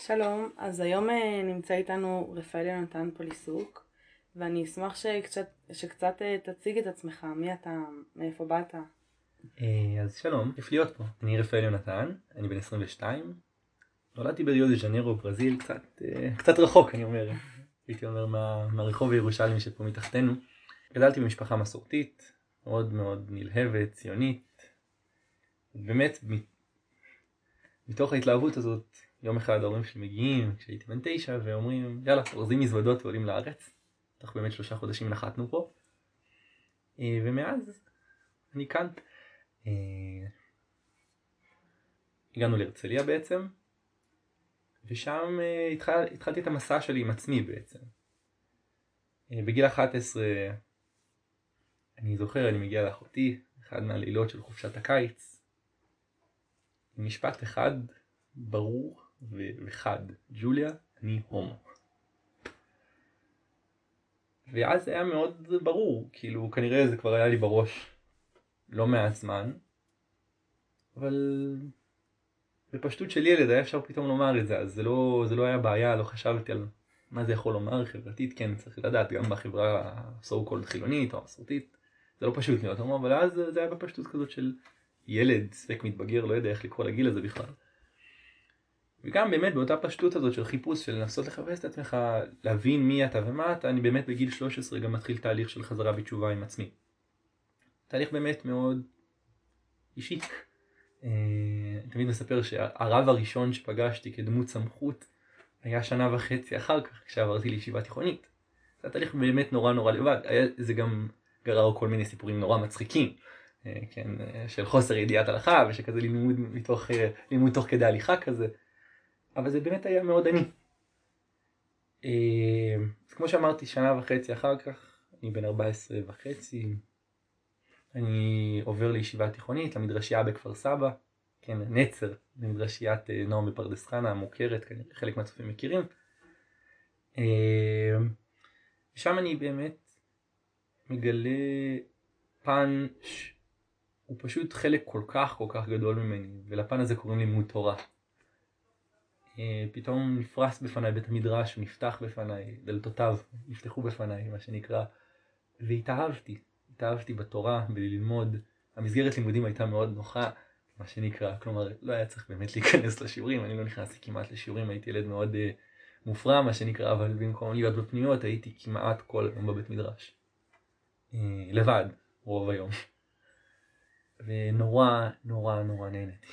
שלום, אז היום נמצא איתנו רפאל יונתן פוליסוק, ואני אשמח שקצת תציג את עצמך, מי אתה, מאיפה באת. אז שלום, כיף להיות פה. אני רפאל יונתן, אני בן 22. נולדתי בריו דה ז'ניירו, ברזיל, קצת רחוק, אני אומר. הייתי אומר מהרחוב הירושלמי שפה מתחתנו. גדלתי במשפחה מסורתית, מאוד מאוד נלהבת, ציונית. באמת, מתוך ההתלהבות הזאת, יום אחד ההורים שלי מגיעים, כשהייתי בן 9, ואומרים, יאללה, אורזים מזוודות ועולים לארץ. תוך באמת 3 חודשים נחתנו פה. ומאז אני כאן. הגענו להרצליה בעצם, ושם התחלתי את המסע שלי עם עצמי בעצם. בגיל 11, אני זוכר, אני מגיע לאחותי, אחד מהלילות של חופשת הקיץ, עם משפט אחד ברור וחד, ג'וליה, אני הומו. ואז זה היה מאוד ברור, כאילו כנראה זה כבר היה לי בראש לא מעט זמן, אבל בפשטות של ילד היה אפשר פתאום לומר את זה, אז זה לא היה בעיה, לא חשבתי על מה זה יכול לומר חברתית, כן, צריך לדעת, גם בחברה so called חילונית או המסורתית, זה לא פשוט להיות הומו, אבל אז זה היה בפשטות כזאת של ילד, ספק מתבגר, לא יודע איך לקרוא לגיל הזה בכלל. וגם באמת באותה פשטות הזאת של חיפוש, של לנסות לחפש את עצמך, להבין מי אתה ומה אתה, אני באמת בגיל 13 גם מתחיל תהליך של חזרה בתשובה עם עצמי. תהליך באמת מאוד אישי. אני תמיד מספר שהרב הראשון שפגשתי כדמות סמכות היה 1.5 שנה אחר כך, כשעברתי לישיבה תיכונית. זה התהליך באמת נורא לבד. זה גם גרר כל מיני סיפורים נורא מצחיקים, כן, של חוסר ידיעת הלכה, ושכזה לימוד תוך כדי הליכה כזה. אבל זה באמת היה מאוד אני. אז כמו שאמרתי, 1.5 שנה אחר כך, אני בן 14.5, אני עובר לישיבה תיכונית, למדרשייה בכפר סבא, כן, נצר, למדרשיית נועם בפרדס חנה, המוכרת, כנראה חלק מהצופים מכירים. ושם אני באמת מגלה פן הוא פשוט חלק כל כך גדול ממני, ולפן הזה קוראים לימוד תורה. פתאום נפרס בפניי בית המדרש, ונפתח בפניי, דלתותיו נפתחו בפניי, מה שנקרא, והתאהבתי בתורה, בללמוד. המסגרת לימודים הייתה מאוד נוחה, מה שנקרא, כלומר, לא היה צריך באמת להיכנס לשיעורים, אני לא נכנסתי כמעט לשיעורים, הייתי ילד מאוד מופרע, מה שנקרא, אבל במקום להיות בפנימיות, הייתי כמעט כל יום בבית מדרש. לבד, רוב היום. ונורא נהניתי.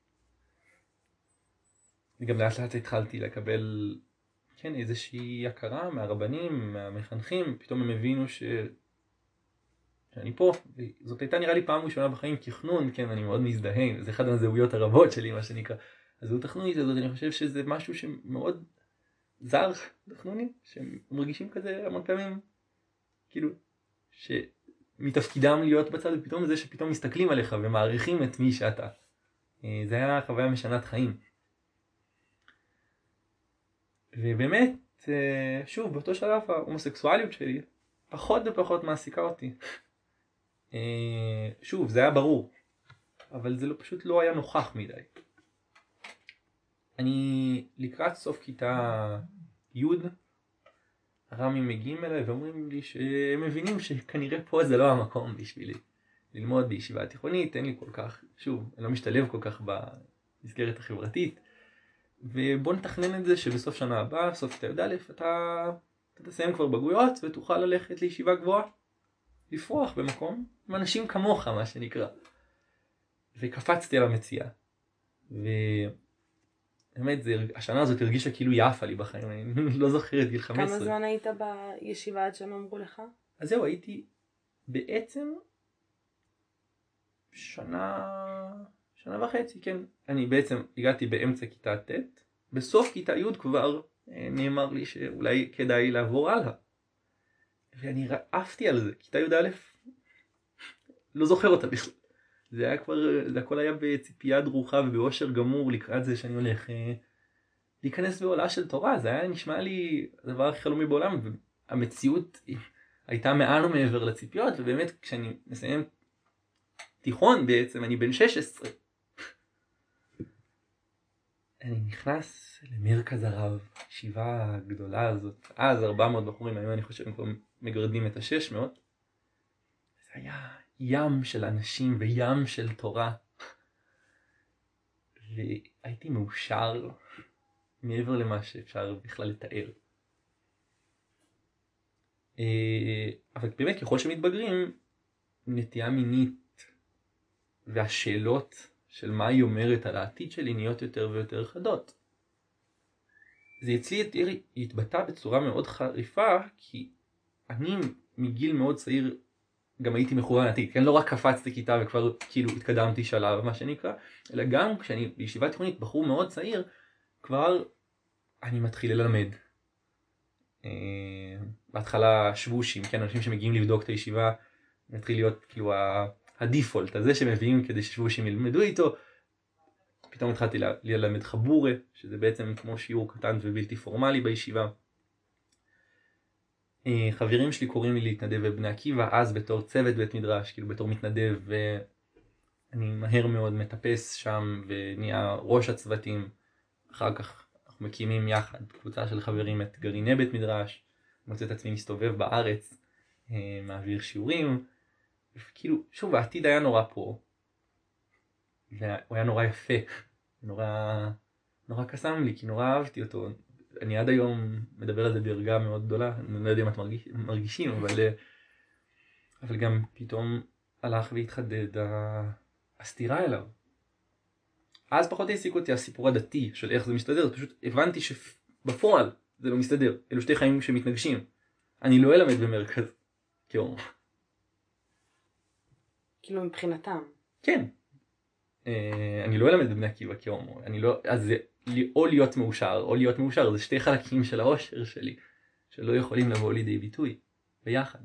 וגם לאט התחלתי לקבל, כן, איזושהי הכרה מהרבנים, מהמחנכים, פתאום הם הבינו שאני פה, וזאת הייתה נראה לי פעם ראשונה בחיים כחנון, כן, אני מאוד מזדהה, זה אחד מהזהויות הרבות שלי, מה שנקרא. הזהות החנונית הזאת, אני חושב שזה משהו שמאוד זר לחנונים, שמרגישים כזה המון פעמים, כאילו, שמתפקידם להיות בצד, ופתאום זה שפתאום מסתכלים עליך ומעריכים את מי שאתה. זה היה חוויה משנת חיים. ובאמת, שוב, באותו שלב ההומוסקסואליות שלי פחות ופחות מעסיקה אותי. שוב, זה היה ברור, אבל זה פשוט לא היה נוכח מדי. אני לקראת סוף כיתה י', הרמים מגיעים אליי ואומרים לי שהם מבינים שכנראה פה זה לא המקום בשבילי ללמוד בישיבה תיכונית, אין לי כל כך, שוב, אני לא משתלב כל כך במסגרת החברתית, ובוא נתכנן את זה שבסוף שנה הבאה, סוף כיתה י"א, אתה תסיים כבר בגרויות ותוכל ללכת לישיבה גבוהה, לפרוח במקום עם אנשים כמוך, מה שנקרא. וקפצתי על המציאה. ובאמת, השנה הזאת הרגישה כאילו יפה לי בחיים, אני לא זוכר את גיל 15. כמה זמן היית בישיבה עד שהם אמרו לך? אז זהו, הייתי בעצם שנה וחצי, כן. אני בעצם הגעתי באמצע כיתה ט', בסוף כיתה י' כבר נאמר לי שאולי כדאי לעבור הלאה. ואני רעפתי על זה, כיתה י"א, לא זוכר אותה בכלל. זה היה כבר, זה הכל היה בציפייה דרוכה ובאושר גמור לקראת זה שאני הולך להיכנס בעולה של תורה. זה היה נשמע לי הדבר הכי חלומי בעולם, והמציאות הייתה מעל ומעבר לציפיות, ובאמת כשאני מסיים תיכון בעצם, אני בן 16. אני נכנס למרכז הרב, ישיבה הגדולה הזאת, אז 400 בחורים, היום אני חושב הם כבר מגרדים את ה-600. זה היה ים של אנשים וים של תורה. והייתי מאושר מעבר למה שאפשר בכלל לתאר. אבל באמת ככל שמתבגרים, נטייה מינית והשאלות של מה היא אומרת על העתיד שלי נהיות יותר ויותר חדות. זה אצלי התבטא בצורה מאוד חריפה, כי אני מגיל מאוד צעיר גם הייתי מכוון עתיד, כן? לא רק קפצתי כיתה וכבר כאילו התקדמתי שלב, מה שנקרא, אלא גם כשאני בישיבה תיכונית בחור מאוד צעיר, כבר אני מתחיל ללמד. בהתחלה שבושים, כן? אנשים שמגיעים לבדוק את הישיבה, מתחיל להיות כאילו הדיפולט הזה שמביאים כדי ששבושים ילמדו איתו. פתאום התחלתי ללמד חבורה, שזה בעצם כמו שיעור קטן ובלתי פורמלי בישיבה. חברים שלי קוראים לי להתנדב בבני עקיבא, אז בתור צוות בית מדרש, כאילו בתור מתנדב, ואני מהר מאוד מטפס שם ונהיה ראש הצוותים. אחר כך אנחנו מקימים יחד קבוצה של חברים את גרעיני בית מדרש, מוצא את עצמי מסתובב בארץ, מעביר שיעורים, כאילו שוב העתיד היה נורא פה, והוא היה נורא יפה, נורא קסם לי, כי נורא אהבתי אותו. אני עד היום מדבר על זה בהרגעה מאוד גדולה, אני לא יודע אם את מרגישים, אבל גם פתאום הלך והתחדד הסתירה אליו. אז פחות העסיק אותי הסיפור הדתי של איך זה מסתדר, פשוט הבנתי שבפועל זה לא מסתדר, אלו שתי חיים שמתנגשים. אני לא אלמד במרכז כהומו. כאילו מבחינתם. כן. אני לא אלמד בבני עקיבא כהומו, אז זה או להיות מאושר או להיות מאושר, זה שתי חלקים של האושר שלי שלא יכולים לבוא לידי ביטוי ביחד.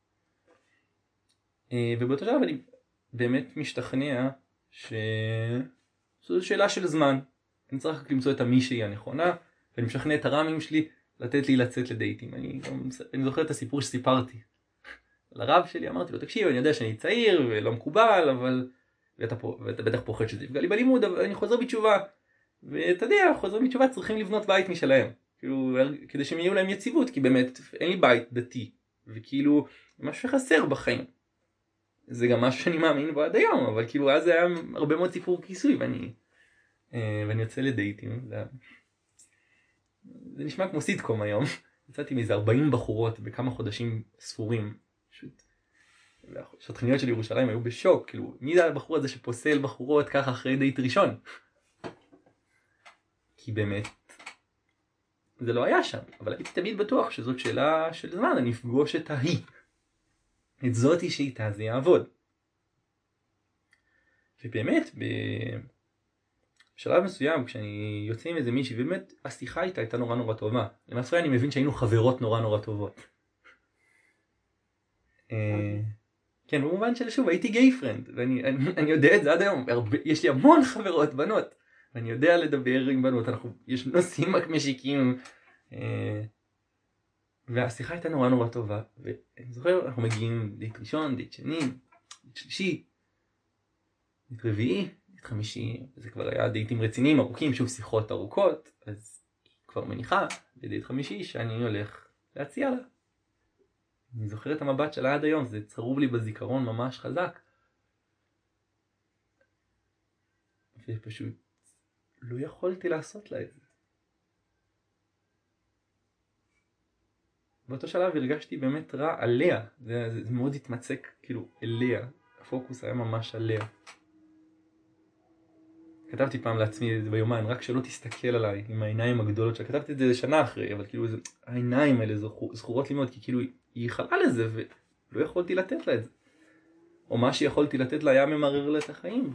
ובאותו שלב אני באמת משתכנע שזו שאלה של זמן, אני צריך רק למצוא את המישהי הנכונה, ואני משכנע את הרמים שלי לתת לי לצאת לדייטים. אני זוכר את הסיפור שסיפרתי לרב שלי, אמרתי לו תקשיב, אני יודע שאני צעיר ולא מקובל, אבל ואתה בטח פוחד שזה יפגע לי בלימוד, אבל אני חוזר בתשובה. ואתה יודע, חוזרים בתשובה צריכים לבנות בית משלהם. כאילו, כדי שהם יהיו להם יציבות, כי באמת אין לי בית דתי. וכאילו, משהו שחסר בחיים. זה גם משהו שאני מאמין בו עד היום, אבל כאילו, אז זה היה הרבה מאוד סיפור כיסוי, ואני יוצא לדייטים. זה נשמע כמו סיטקום היום. יצאתי מאיזה 40 בחורות בכמה חודשים ספורים. פשוט. והשטחניות של ירושלים היו בשוק, כאילו, מי זה הבחור הזה שפוסל בחורות ככה אחרי דייט ראשון? כי באמת, זה לא היה שם, אבל הייתי תמיד בטוח שזאת שאלה של זמן, אני אפגוש את ההיא. את זאתי שאיתה זה יעבוד. ובאמת, בשלב מסוים, כשאני יוצא עם איזה מישהי, ובאמת השיחה איתה הייתה נורא טובה. למעשה אני מבין שהיינו חברות נורא טובות. כן, במובן של שוב, הייתי גיי פרנד, ואני יודע את זה עד היום, יש לי המון חברות בנות, ואני יודע לדבר עם בנות, יש נושאים משיקים, והשיחה הייתה נורא טובה, ואני זוכר, אנחנו מגיעים דייט ראשון, דייט שני, דייט שלישי, דייט רביעי, דייט חמישי, זה כבר היה דייטים רציניים, ארוכים, שוב שיחות ארוכות, אז היא כבר מניחה בדייט חמישי שאני הולך להציע לה. אני זוכר את המבט שלה עד היום, זה צרוב לי בזיכרון ממש חזק. ופשוט לא יכולתי לעשות לה את זה. באותו שלב הרגשתי באמת רע עליה, זה מאוד התמצק כאילו אליה, הפוקוס היה ממש עליה. כתבתי פעם לעצמי ביומן, רק שלא תסתכל עליי עם העיניים הגדולות שלה, כתבתי את זה שנה אחרי, אבל כאילו העיניים האלה זכורות לי מאוד, כי כאילו היא חלה לזה ולא יכולתי לתת לה את זה. או מה שיכולתי לתת לה היה ממרר לה את החיים,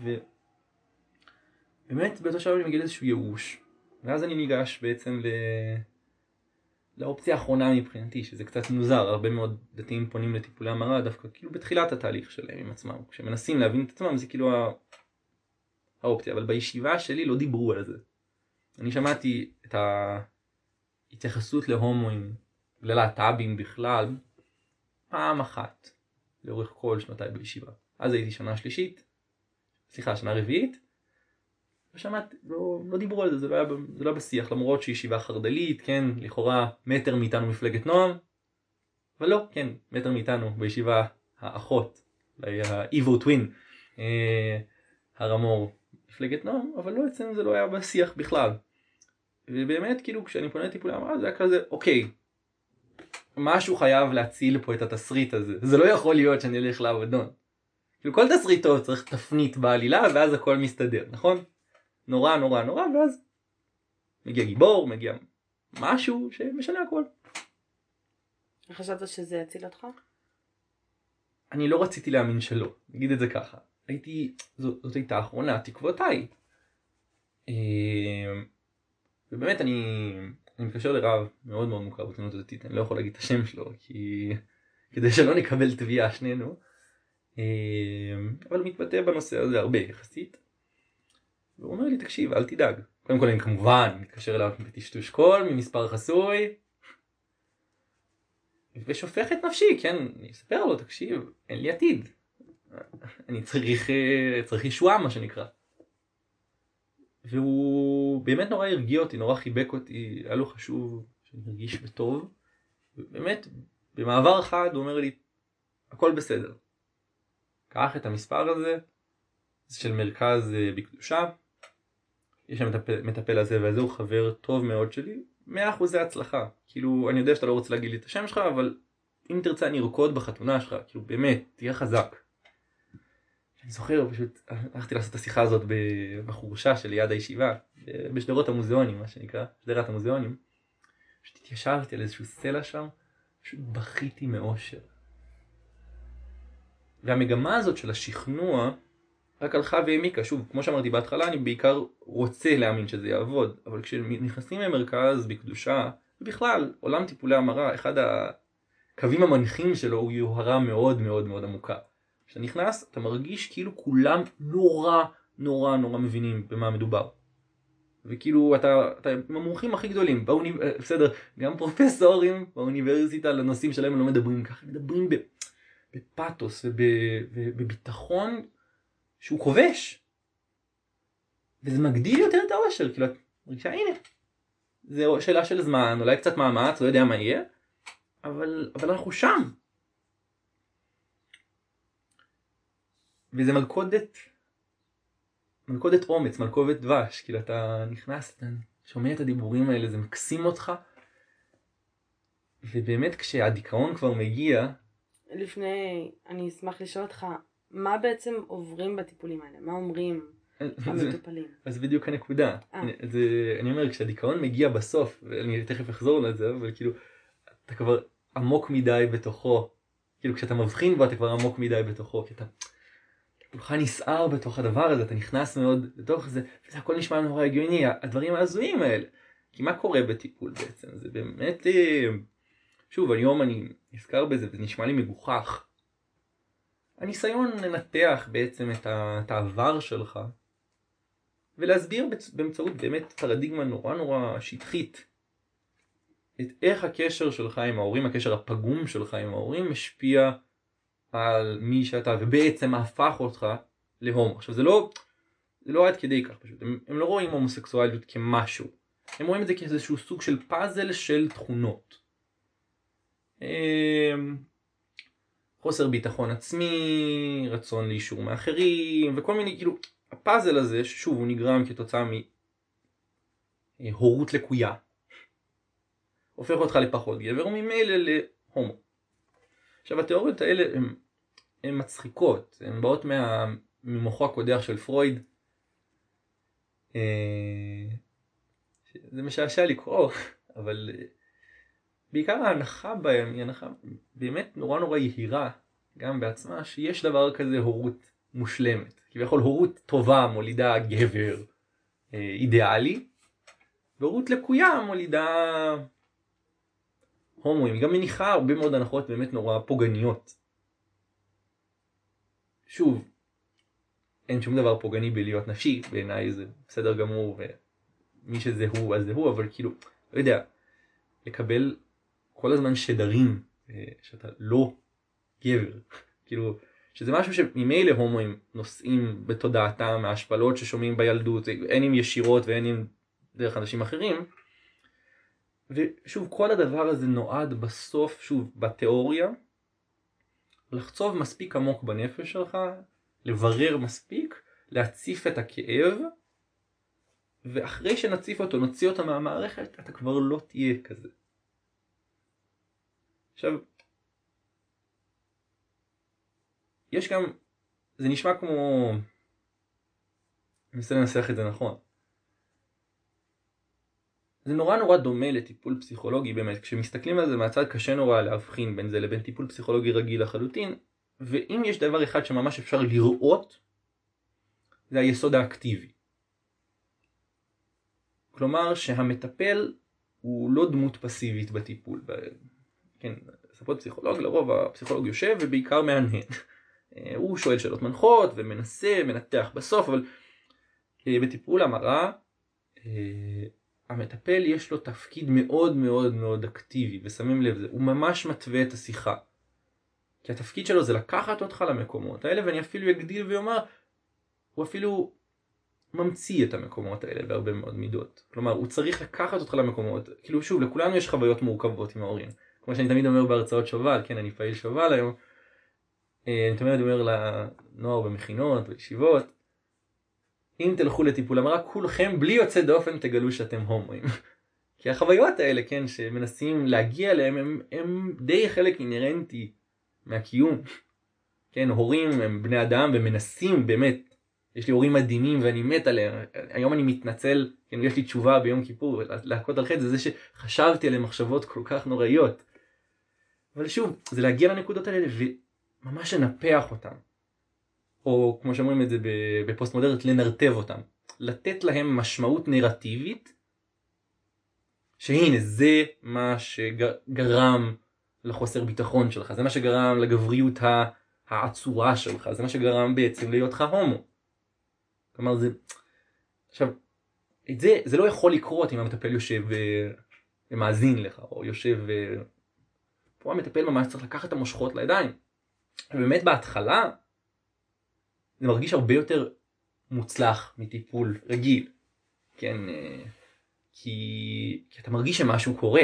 ובאמת באותו שלב אני מגיע לאיזשהו ייאוש, ואז אני ניגש בעצם לאופציה האחרונה מבחינתי, שזה קצת מוזר, הרבה מאוד דתיים פונים לטיפולי המרה, דווקא כאילו בתחילת התהליך שלהם עם עצמם, כשמנסים להבין את עצמם זה כאילו האופציה, אבל בישיבה שלי לא דיברו על זה. אני שמעתי את ההתייחסות להומואים וללהט"בים בכלל פעם אחת לאורך כל שנותיי בישיבה. אז הייתי שנה רביעית, ושמעת, לא דיברו על זה, זה לא היה בשיח, למרות שהיא ישיבה חרד"לית, כן, לכאורה מטר מאיתנו מפלגת נועם, אבל לא, כן, מטר מאיתנו בישיבה האחות, ה-Evo Twin, הר המור, מפלגת נועם, אבל לא, אצלנו זה לא היה בשיח בכלל. ובאמת, כאילו, כשאני פונה לטיפולי המרה, זה היה כזה, אוקיי, משהו חייב להציל פה את התסריט הזה, זה לא יכול להיות שאני אלך לאבדון. כאילו, כל תסריט טוב צריך תפנית בעלילה, ואז הכל מסתדר, נכון? נורא, נורא, נורא, ואז מגיע גיבור, מגיע משהו שמשנה הכל. חשבת שזה יציל אותך? אני לא רציתי להאמין שלא, נגיד את זה ככה. זאת הייתה האחרונה, תקוותיי. ובאמת אני מתקשר לרב מאוד מאוד מוכר בציונות הדתית, אני לא יכול להגיד את השם שלו, כדי שלא נקבל תביעה שנינו. אבל הוא מתבטא בנושא הזה הרבה יחסית. והוא אומר לי, תקשיב, אל תדאג. קודם כל אני כמובן מתקשר אליו בטשטוש קול, ממספר חסוי. ושופך את נפשי, כן, אני אספר לו, תקשיב, אין לי עתיד. אני צריך ישועה, מה שנקרא. והוא באמת נורא הרגיע אותי, נורא חיבק אותי, היה לו חשוב שאני מרגיש בטוב. ובאמת, במעבר אחד הוא אומר לי, הכל בסדר. קח את המספר הזה, זה של מרכז בקדושה, יש שם מטפל הזה והזה, הוא חבר טוב מאוד שלי, 100% הצלחה. כאילו, אני יודע שאתה לא רוצה להגיד לי את השם שלך, אבל אם תרצה אני ארקוד בחתונה שלך, כאילו באמת, תהיה חזק. אני זוכר, פשוט הלכתי לעשות את השיחה הזאת בחורשה של ליד הישיבה, בשדרות המוזיאונים, מה שנקרא, שדרת המוזיאונים. פשוט התיישבתי על איזשהו סלע שם, פשוט בכיתי מאושר. והמגמה הזאת של השכנוע רק הלכה והעמיקה. שוב, כמו שאמרתי בהתחלה, אני בעיקר רוצה להאמין שזה יעבוד, אבל כשנכנסים למרכז בקדושה, ובכלל, עולם טיפולי המרה, אחד הקווים המנחים שלו הוא יוהרה מאוד מאוד מאוד עמוקה. כשאתה נכנס, אתה מרגיש כאילו כולם נורא נורא נורא מבינים במה מדובר. וכאילו אתה עם המומחים הכי גדולים, בסדר, גם פרופסורים באוניברסיטה לנושאים שלהם לא מדברים ככה, מדברים בפאטוס ובביטחון שהוא כובש. וזה מגדיל יותר את האושר, כאילו, מרגישה, הנה, זה שאלה של זמן, אולי קצת מאמץ, לא יודע מה יהיה, אבל אנחנו שם. וזה מלכודת אומץ, מלכודת דבש, כאילו אתה נכנס, אתה שומע את הדיבורים האלה, זה מקסים אותך, ובאמת כשהדיכאון כבר מגיע... לפני, אני אשמח לשאול אותך, מה בעצם עוברים בטיפולים האלה? מה אומרים המטופלים? אז בדיוק הנקודה. אני אומר, כשהדיכאון מגיע בסוף, ואני תכף אחזור לזה, אבל כאילו, אתה כבר עמוק מדי בתוכו. כאילו, כשאתה מבחין בו, אתה כבר עמוק מדי בתוכו, כי אתה כולך נסער בתוך הדבר הזה, אתה נכנס מאוד בתוך זה, וזה הכל נשמע נורא הגיוני, הדברים ההזויים האלה. כי מה קורה בטיפול בעצם? זה באמת... שוב, היום אני נזכר בזה, וזה נשמע לי מגוחך. הניסיון לנתח בעצם את העבר שלך, ולהסביר באמצעות באמת פרדיגמה נורא נורא שטחית, את איך הקשר שלך עם ההורים, הקשר הפגום שלך עם ההורים, משפיע על מי שאתה, ובעצם הפך אותך להומו. עכשיו זה לא עד כדי כך פשוט, הם לא רואים הומוסקסואליות כמשהו, הם רואים את זה כאיזשהו סוג של פאזל של תכונות. חוסר ביטחון עצמי, רצון לאישור מאחרים, וכל מיני, כאילו, הפאזל הזה, ששוב, הוא נגרם כתוצאה מהורות לקויה, הופך אותך לפחות גבר, וממילא להומו. עכשיו, התיאוריות האלה הן מצחיקות, הן באות ממוחו הקודח של פרויד. זה משעשע לקרוא, אבל בעיקר ההנחה בהם היא הנחה באמת נורא נורא יהירה, גם בעצמה, שיש דבר כזה הורות מושלמת. כביכול הורות טובה מולידה גבר אידיאלי, והורות לקויה מולידה הומואים. היא גם מניחה הרבה מאוד הנחות באמת נורא פוגעניות. שוב, אין שום דבר פוגעני בלהיות נשי, בעיניי זה בסדר גמור, ומי שזה הוא אז זה הוא, אבל כאילו, לא יודע, לקבל כל הזמן שדרים שאתה לא גבר, כאילו שזה משהו שממילא הומואים נושאים בתודעתם מההשפלות ששומעים בילדות, אין אם ישירות ואין אם דרך אנשים אחרים. ושוב, כל הדבר הזה נועד בסוף, שוב, בתיאוריה, לחצוב מספיק עמוק בנפש שלך, לברר מספיק, להציף את הכאב, ואחרי שנציף אותו, נוציא אותו מהמערכת, אתה כבר לא תהיה כזה. עכשיו, יש גם, זה נשמע כמו, אני מנסה לנסח את זה נכון. זה נורא דומה לטיפול פסיכולוגי באמת, כשמסתכלים על זה מהצד קשה נורא להבחין בין זה לבין טיפול פסיכולוגי רגיל לחלוטין, ואם יש דבר אחד שממש אפשר לראות, זה היסוד האקטיבי. כלומר שהמטפל הוא לא דמות פסיבית בטיפול. כן, ספרות פסיכולוג, לרוב הפסיכולוג יושב ובעיקר מהנהן. הוא שואל שאלות מנחות ומנסה, מנתח בסוף, אבל בטיפול המרה, המטפל יש לו תפקיד מאוד אקטיבי, ושמים לב זה, הוא ממש מתווה את השיחה. כי התפקיד שלו זה לקחת אותך למקומות האלה, ואני אפילו אגדיל ויאמר, הוא אפילו ממציא את המקומות האלה בהרבה מאוד מידות. כלומר, הוא צריך לקחת אותך למקומות, כאילו שוב, לכולנו יש חוויות מורכבות עם ההורים. כמו שאני תמיד אומר בהרצאות שובל, כן, אני פעיל שובל היום, אני תמיד אומר לנוער במכינות, בישיבות, אם תלכו לטיפול המרה, כולכם בלי יוצא דופן תגלו שאתם הומואים. כי החוויות האלה, כן, שמנסים להגיע אליהם, הם די חלק אינרנטי מהקיום. כן, הורים הם בני אדם ומנסים באמת, יש לי הורים מדהימים ואני מת עליהם. היום אני מתנצל, כן, יש לי תשובה ביום כיפור, להכות על חטא, זה שחשבתי עליהם מחשבות כל כך נוראיות. אבל שוב, זה להגיע לנקודות האלה וממש לנפח אותם. או כמו שאומרים את זה בפוסט מודרנית, לנרטב אותם. לתת להם משמעות נרטיבית, שהנה זה מה שגרם לחוסר ביטחון שלך, זה מה שגרם לגבריות העצורה שלך, זה מה שגרם בעצם להיותך הומו. כלומר זה, עכשיו, את זה לא יכול לקרות אם המטפל יושב ומאזין לך, או יושב, פה המטפל ממש צריך לקחת את המושכות לידיים. ובאמת בהתחלה, זה מרגיש הרבה יותר מוצלח מטיפול רגיל, כן, כי אתה מרגיש שמשהו קורה.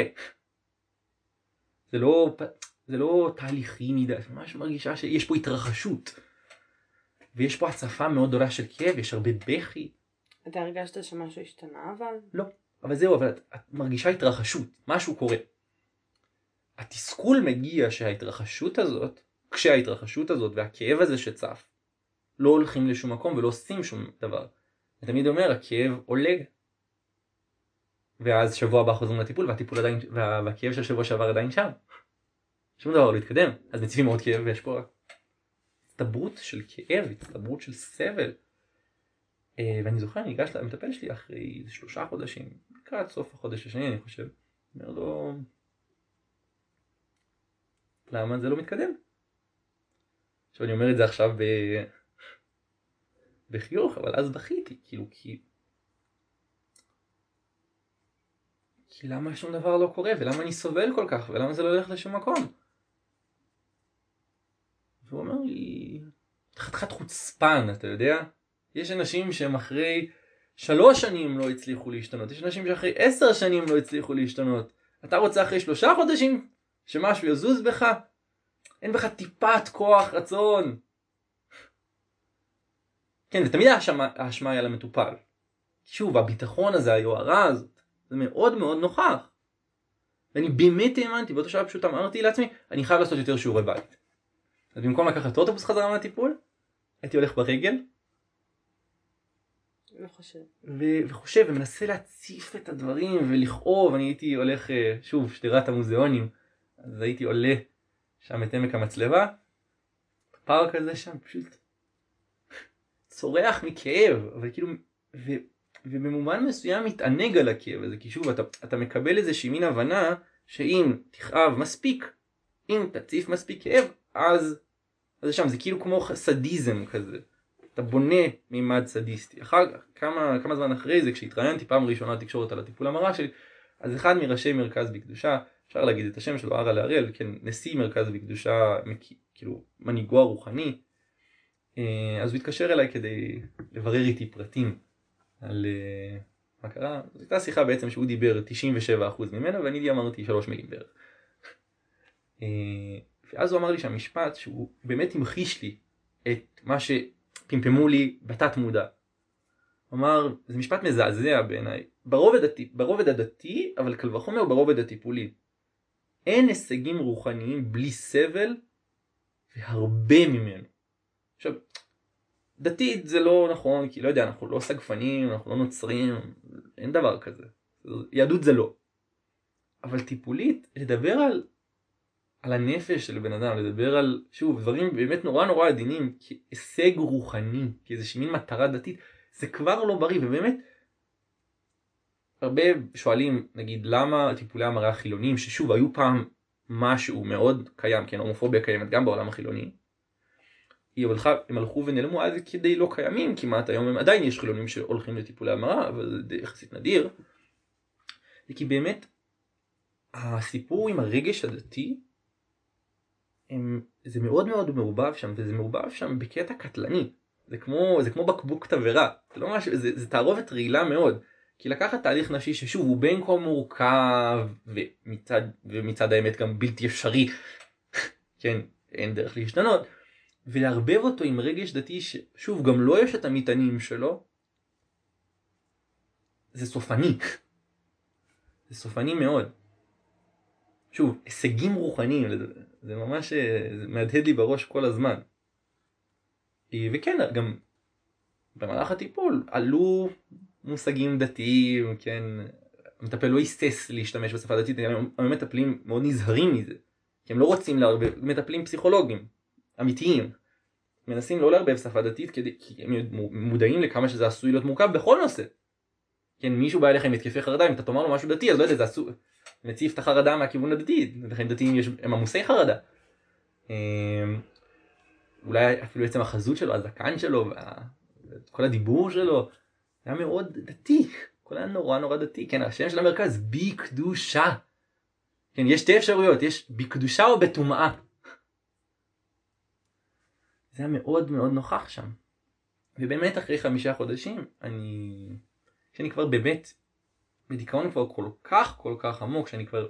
זה לא תהליכי מדי, זה ממש מרגישה שיש פה התרחשות. ויש פה הצפה מאוד גדולה של כאב, יש הרבה בכי. אתה הרגשת שמשהו השתנה אבל? לא, אבל זהו, אבל את מרגישה התרחשות, משהו קורה. התסכול מגיע כשההתרחשות הזאת והכאב הזה שצף, לא הולכים לשום מקום ולא עושים שום דבר. אני תמיד אומר, הכאב עולה. ואז שבוע הבא חוזרים לטיפול, והכאב של שבוע שעבר עדיין שם. שום דבר לא התקדם. אז מציפים עוד כאב, ויש פה הצטברות של כאב, הצטברות של סבל. ואני זוכר, אני הגשתי למטפל שלי אחרי 3 חודשים, לקראת סוף החודש השני, אני חושב. אומר לו, למה זה לא מתקדם? עכשיו אני אומר את זה עכשיו בחיוך, אבל אז בכיתי, כאילו, כי למה שום דבר לא קורה, ולמה אני סובל כל כך, ולמה זה לא הולך לשום מקום? והוא אומר לי, חתיכת חוצפן, אתה יודע? יש אנשים שהם אחרי 3 שנים לא הצליחו להשתנות, יש אנשים שאחרי 10 שנים לא הצליחו להשתנות. אתה רוצה אחרי 3 חודשים שמשהו יזוז בך? אין בך טיפת כוח רצון. כן, ותמיד האשמה היה למטופל. שוב, הביטחון הזה, היוהרה הזאת, זה מאוד נוכח. ואני באמת האמנתי, באותו שעה פשוט אמרתי לעצמי, אני חייב לעשות יותר שיעורי בית. אז במקום לקחת אוטובוס חזרה מהטיפול, הייתי הולך ברגל. וחושב ומנסה להציף את הדברים ולכאוב. אני הייתי הולך, שוב, שדרת המוזיאונים, אז הייתי עולה שם את עמק המצלבה, פארק הזה שם, פשוט צורח מכאב, אבל כאילו, ובמובן מסוים מתענג על הכאב הזה, כי שוב, אתה מקבל איזושהי מין הבנה, שאם תכאב מספיק, אם תציף מספיק כאב, אז זה שם, זה כאילו כמו סדיזם כזה. אתה בונה מימד סדיסטי. אחר כך, כמה זמן אחרי זה, כשהתראיינתי פעם ראשונה לתקשורת על הטיפול המרה שלי, אז אחד מראשי מרכז בקדושה, אפשר להגיד את השם שלו, הרה להראל, כן, נשיא מרכז בקדושה, כאילו, מנהיגו הרוחני, אז הוא התקשר אליי כדי לברר איתי פרטים על מה קרה. זו הייתה שיחה בעצם שהוא דיבר 97% ממנה, ואני אמרתי 3 מילים בערך. ואז הוא אמר לי שהמשפט שהוא באמת המחיש לי את מה שפמפמו לי בתת מודע. הוא אמר, זה משפט מזעזע בעיניי, ברובד הדתי, אבל קל וחומר ברובד הטיפולי. אין הישגים רוחניים בלי סבל והרבה ממנו. עכשיו, דתית זה לא נכון, כי לא יודע, אנחנו לא סגפנים, אנחנו לא נוצרים, אין דבר כזה. יהדות זה לא. אבל טיפולית, לדבר על הנפש של בן אדם, לדבר על, שוב, דברים באמת נורא נורא עדינים, כהישג רוחני, כאיזושהי מין מטרה דתית, זה כבר לא בריא, ובאמת, הרבה שואלים, נגיד, למה טיפולי המרה החילונים, ששוב, היו פעם משהו מאוד קיים, כן, הומופוביה קיימת גם בעולם החילוני, הם הלכו ונעלמו אז כדי לא קיימים כמעט, היום הם עדיין יש חילונים שהולכים לטיפולי המרה, אבל זה יחסית נדיר, זה כי באמת, הסיפור עם הרגש הדתי, זה מאוד מאוד מעובב שם, וזה מעובב שם בקטע קטלני. זה כמו בקבוק תברה. זה לא משהו, זה תערובת רעילה מאוד. כי לקחת תהליך נשי ששוב הוא בין כה מורכב, ומצד האמת גם בלתי אפשרי, כן, אין דרך להשתנות, ולערבב אותו עם רגש דתי ששוב גם לא יש את המטענים שלו, זה סופני. זה סופני מאוד. שוב, הישגים רוחניים, זה ממש זה מהדהד לי בראש כל הזמן. וכן, גם במהלך הטיפול עלו מושגים דתיים, כן, המטפל לא היסס להשתמש בשפה דתית, המטפלים מאוד נזהרים מזה, כי הם לא רוצים לערבב, מטפלים פסיכולוגיים, אמיתיים, מנסים לא לערבב שפה דתית, כי הם מודעים לכמה שזה עשוי להיות מורכב בכל נושא. כן, מישהו בא אליך עם התקפי חרדה, אם אתה תאמר לו משהו דתי, אז לא יודע, זה עשוי, מציף את החרדה מהכיוון הדתי, לכן דתיים הם עמוסי חרדה. אולי אפילו עצם החזות שלו, הזקן שלו, כל הדיבור שלו, היה מאוד דתי, כל היה נורא נורא דתי, כן, השם של המרכז, בקדושה. כן, יש 2 אפשרויות, יש בקדושה או בטומאה. זה היה מאוד מאוד נוכח שם. ובאמת אחרי 5 חודשים, שאני כבר באמת, בדיכאון כבר כל כך עמוק, שאני כבר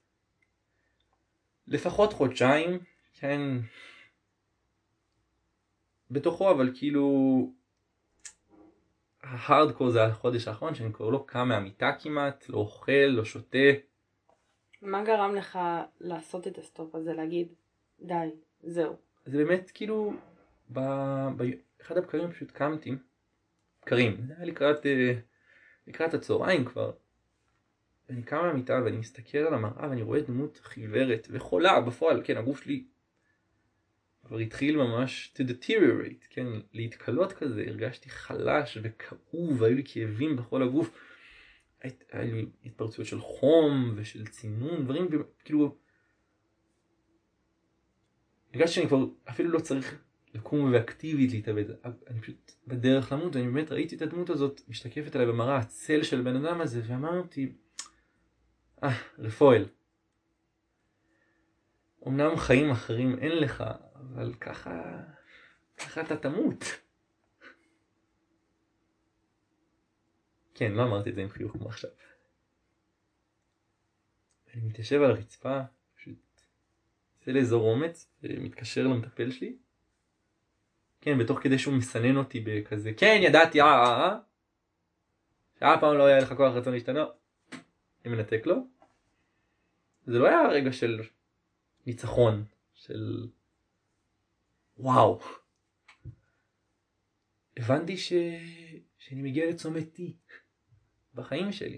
לפחות חודשיים, כן, בתוכו, אבל כאילו, ההארדקור זה החודש האחרון, שאני כבר לא קם מהמיטה כמעט, לא אוכל, לא שותה. מה גרם לך לעשות את הסטופ הזה, להגיד, די, זהו? זה באמת כאילו, באחד הבקרים פשוט קמתי, בקרים, זה היה לקראת הצהריים כבר, ואני קם מהמיטה ואני מסתכל על המראה ואני רואה דמות חיוורת וחולה בפועל, כן, הגוף שלי כבר התחיל ממש to deteriorate, כן, להתקלות כזה, הרגשתי חלש וכאוב, היו לי כאבים בכל הגוף, היה לי התפרצויות של חום ושל צינון, דברים כאילו, הרגשתי שאני כבר אפילו לא צריך לקום ואקטיבית להתאבד, אני פשוט בדרך למות, ואני באמת ראיתי את הדמות הזאת משתקפת עליי במראה, הצל של בן אדם הזה, ואמרתי, רפואל, אמנם חיים אחרים אין לך, אבל ככה אתה תמות. כן, לא אמרתי את זה עם חיוך כמו עכשיו. אני מתיישב על הרצפה, פשוט עושה לאזור אומץ, ומתקשר למטפל שלי. כן, בתוך כדי שהוא מסנן אותי בכזה, כן, ידעתי, שאף פעם לא היה לך כוח רצון להשתנות. אני מנתק לו. זה לא היה רגע של ניצחון, של וואו. הבנתי שאני מגיע לצומת T בחיים שלי.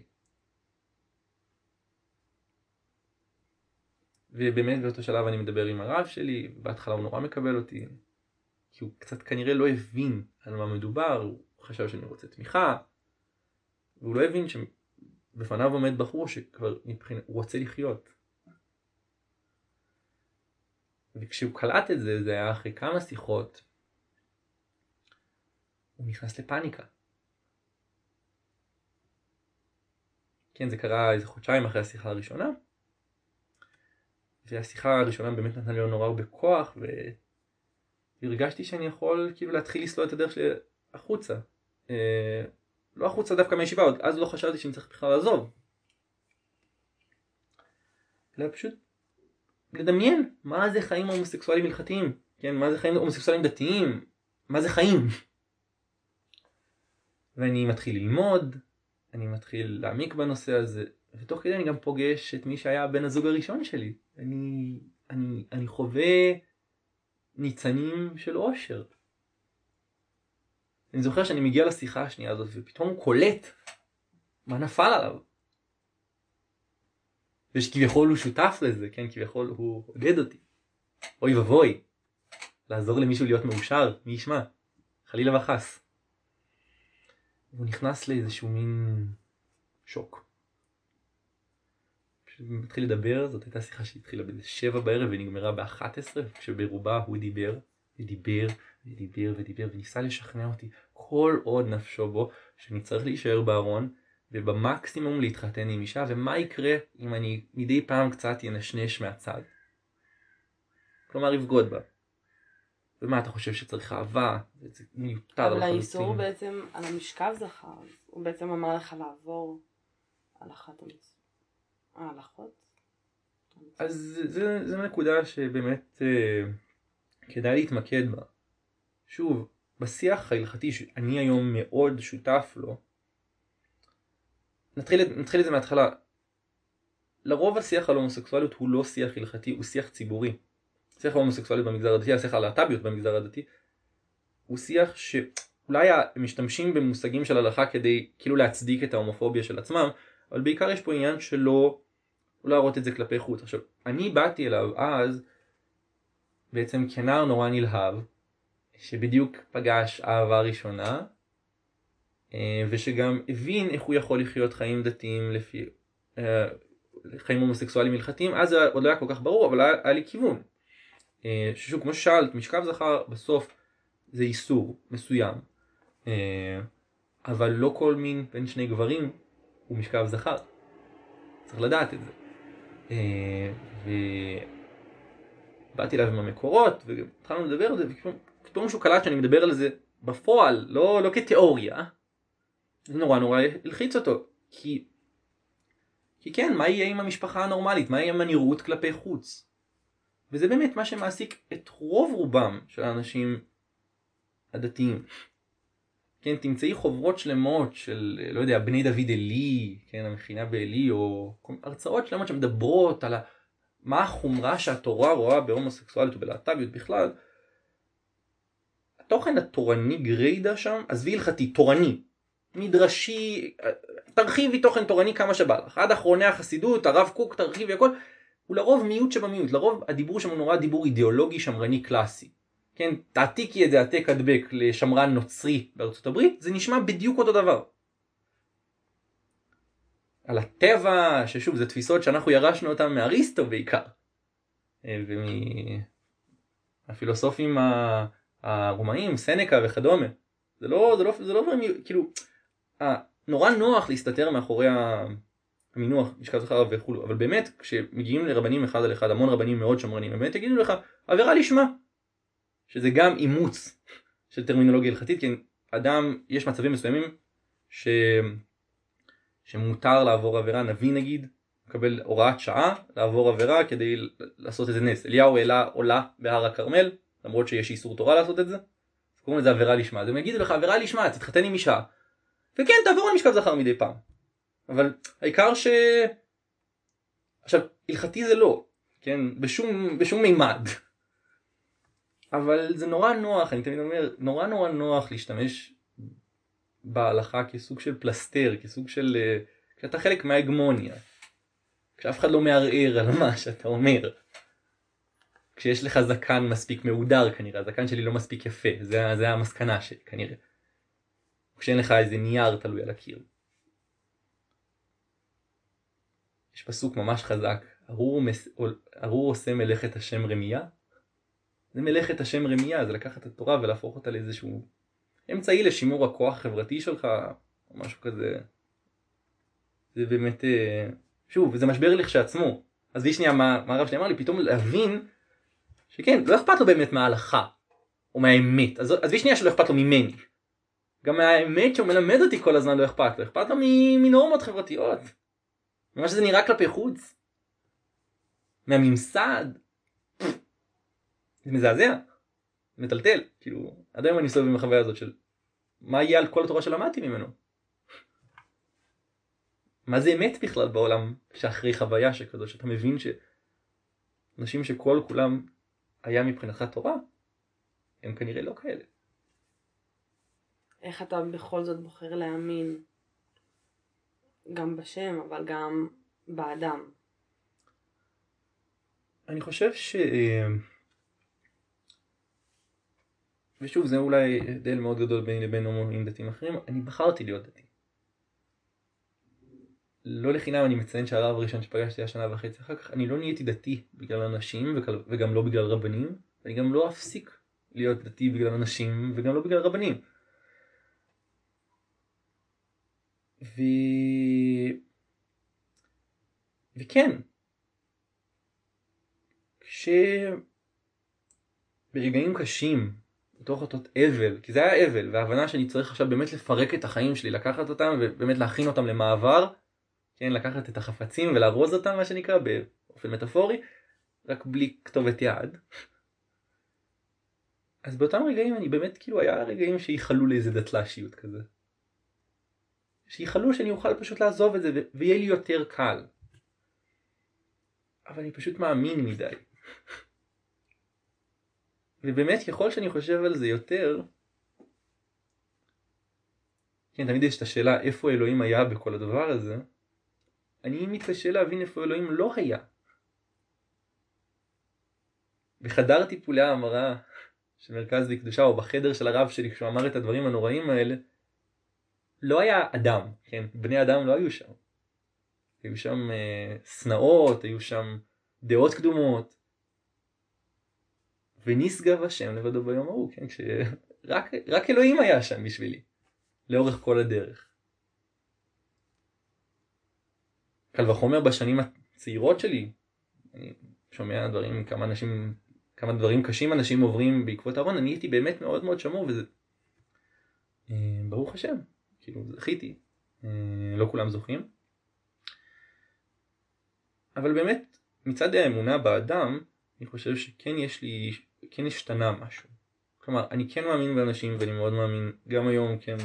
ובאמת באותו שלב אני מדבר עם הרב שלי, בהתחלה הוא נורא מקבל אותי, כי הוא קצת כנראה לא הבין על מה מדובר, הוא חשב שאני רוצה תמיכה, והוא לא הבין שבפניו עומד בחור שכבר הוא רוצה לחיות. וכשהוא קלט את זה, זה היה אחרי כמה שיחות, הוא נכנס לפאניקה. כן, זה קרה איזה חודשיים אחרי השיחה הראשונה, והשיחה הראשונה באמת נתנה לי נורא הרבה כוח, הרגשתי שאני יכול כאילו להתחיל לסלול את הדרך שלי החוצה. לא החוצה דווקא מהישיבה, עוד אז לא חשבתי שאני צריך בכלל לעזוב. אלא פשוט לדמיין מה זה חיים הומוסקסואליים הלכתיים, כן? מה זה חיים הומוסקסואליים דתיים, מה זה חיים. ואני מתחיל ללמוד, אני מתחיל להעמיק בנושא הזה, ותוך כדי אני גם פוגש את מי שהיה בן הזוג הראשון שלי. אני חווה ניצנים של אושר. אני זוכר שאני מגיע לשיחה השנייה הזאת, ופתאום הוא קולט מה נפל עליו. ושכביכול הוא שותף לזה, כן? כביכול הוא עודד אותי. אוי ובוי. לעזור למישהו להיות מאושר, מי ישמע? חלילה וחס. הוא נכנס לאיזשהו מין שוק. כשמתחיל לדבר, זאת הייתה שיחה שהתחילה ב-7 בערב ונגמרה ב-11, כשברובה הוא דיבר, ודיבר, ודיבר, ודיבר, וניסה לשכנע אותי כל עוד נפשו בו, שאני צריך להישאר בארון, ובמקסימום להתחתן עם אישה, ומה יקרה אם אני מדי פעם קצת ינשנש מהצד. כלומר, יבגוד בה. ומה אתה חושב שצריך אהבה? זה מיותר אבל האיסור בעצם על המשכב זכר, הוא בעצם אמר לך לעבור על אחת ההלכות. אז זו נקודה שבאמת כדאי להתמקד בה. שוב, בשיח ההלכתי שאני היום מאוד שותף לו, נתחיל את זה מההתחלה. לרוב השיח על הומוסקסואליות הוא לא שיח הלכתי, הוא שיח ציבורי. שיח ההומוסקסואליות במגזר הדתי, השיח על הלהט"ביות במגזר הדתי, הוא שיח שאולי משתמשים במושגים של הלכה כדי כאילו להצדיק את ההומופוביה של עצמם, אבל בעיקר יש פה עניין שלא להראות את זה כלפי חוץ. עכשיו, אני באתי אליו אז בעצם כנער נורא נלהב, שבדיוק פגש אהבה ראשונה, ושגם הבין איך הוא יכול לחיות חיים דתיים לפי חיים הומוסקסואליים הלכתיים. אז עוד לא היה כל כך ברור, אבל היה לי כיוון. ששוב, כמו ששאלת, משכב זכר בסוף זה איסור מסוים, אבל לא כל מין בין שני גברים הוא משכב זכר. צריך לדעת את זה. ובאתי אליו עם המקורות, והתחלנו לדבר על זה, ופתאום שהוא קלט שאני מדבר על זה בפועל, לא כתיאוריה. זה נורא הלחיץ אותו, כי כן, מה יהיה עם המשפחה הנורמלית? מה יהיה עם הנראות כלפי חוץ? וזה באמת מה שמעסיק את רוב רובם של האנשים הדתיים. כן, תמצאי חוברות שלמות של, לא יודע, בני דוד אלי, כן, המכינה באלי, או הרצאות שלמות שמדברות על מה החומרה שהתורה רואה בהומוסקסואליות ובלהט"ביות בכלל. התוכן התורני גרידה שם, עזבי הלכתי, תורני, מדרשי, תרחיבי תוכן תורני כמה שבא לך. עד אחרוני החסידות, הרב קוק, תרחיבי הכל. הוא לרוב מיעוט שבמיעוט, לרוב הדיבור שם הוא נורא דיבור אידיאולוגי שמרני קלאסי. כן, תעתיקי את זה העתק הדבק לשמרן נוצרי בארצות הברית, זה נשמע בדיוק אותו דבר. על הטבע, ששוב, זה תפיסות שאנחנו ירשנו אותן מאריסטו בעיקר. ומהפילוסופים הרומאים, סנקה וכדומה. זה לא, כאילו, נורא נוח להסתתר מאחורי המינוח, משכב זכר וכו', אבל באמת, כשמגיעים לרבנים אחד על אחד, המון רבנים מאוד שמרנים, הם באמת יגידו לך, עבירה לשמה. שזה גם אימוץ של טרמינולוגיה הלכתית, כי אדם, יש מצבים מסוימים שמותר לעבור עבירה, נביא נגיד, מקבל הוראת שעה לעבור עבירה כדי לעשות איזה נס. אליהו עולה בהר הכרמל, למרות שיש איסור תורה לעשות את זה, קוראים לזה עבירה לשמה. אז הם יגידו לך, עבירה לשמה, תתחתן עם אישה, וכן, תעבור על משכב זכר מדי פעם. אבל העיקר עכשיו, הלכתי זה לא, כן, בשום מימד. אבל זה נורא נוח, אני תמיד אומר, נורא נוח להשתמש בהלכה כסוג של פלסטר, כסוג של, כשאתה חלק מההגמוניה, כשאף אחד לא מערער על מה שאתה אומר, כשיש לך זקן מספיק מעודר כנראה, הזקן שלי לא מספיק יפה, זה המסקנה שלי כנראה, כשאין לך איזה נייר תלוי על הקיר. יש פסוק ממש חזק, ארור עושה מלאכת השם רמיה. זה מלאכת השם רמיה, זה לקחת את התורה ולהפוך אותה לאיזשהו אמצעי לשימור הכוח החברתי שלך, או משהו כזה. זה באמת, שוב, זה משבר לכשעצמו. אז די שנייה, מה הרב שלי אמר לי, פתאום להבין שכן, לא אכפת לו באמת מההלכה. או מהאמת. אז בשנייה שלא אכפת לו ממני. גם מהאמת שהוא מלמד אותי כל הזמן לא אכפת לו. אכפת לו מנורמות חברתיות. ממה שזה נראה כלפי חוץ. מהממסד. זה מזעזע. מטלטל. כאילו, עד היום אני סובב עם החוויה הזאת של מה יהיה על כל התורה שלמדתי ממנו. מה זה אמת בכלל בעולם שאחרי חוויה שכזו, שאתה מבין שאנשים שכל כולם היה מבחינתך תורה, הם כנראה לא כאלה. איך אתה בכל זאת בוחר להאמין גם בשם, אבל גם באדם? אני חושב ושוב, זה אולי הבדל מאוד גדול ביני לבין הומואים דתיים אחרים, אני בחרתי להיות דתי. לא לחינם אני מציין שהרב הראשון שפגשתי השנה וחצי אחר כך, אני לא נהייתי דתי בגלל אנשים וגם לא בגלל רבנים, ואני גם לא אפסיק להיות דתי בגלל אנשים וגם לא בגלל רבנים. וכן, ברגעים קשים, בתוך אותות אבל, כי זה היה אבל, וההבנה שאני צריך עכשיו באמת לפרק את החיים שלי, לקחת אותם ובאמת להכין אותם למעבר, כן, לקחת את החפצים ולארוז אותם, מה שנקרא, באופן מטאפורי, רק בלי כתובת יד. אז באותם רגעים אני באמת, כאילו, היה רגעים שיחלו לאיזה דתל"שיות כזה. שיחלו שאני אוכל פשוט לעזוב את זה, ויהיה לי יותר קל. אבל אני פשוט מאמין מדי. ובאמת, ככל שאני חושב על זה יותר, כן, תמיד יש את השאלה איפה אלוהים היה בכל הדבר הזה, אני מתקשה להבין איפה אלוהים לא היה. בחדר טיפולי ההמרה של מרכז וקדושה, או בחדר של הרב שלי, כשהוא אמר את הדברים הנוראים האלה, לא היה אדם, כן? בני אדם לא היו שם. היו שם סנאות, היו שם דעות קדומות. ונשגב השם לבדו ביום ההוא, כן? רק אלוהים היה שם בשבילי, לאורך כל הדרך. קל וחומר בשנים הצעירות שלי, אני שומע דברים, כמה דברים קשים אנשים עוברים בעקבות ארון, אני הייתי באמת מאוד מאוד שמור, וזה ברוך השם, כאילו זכיתי, לא כולם זוכים. אבל באמת, מצד האמונה באדם, אני חושב שכן כן השתנה משהו. כלומר, אני כן מאמין באנשים, ואני מאוד מאמין גם היום, כן,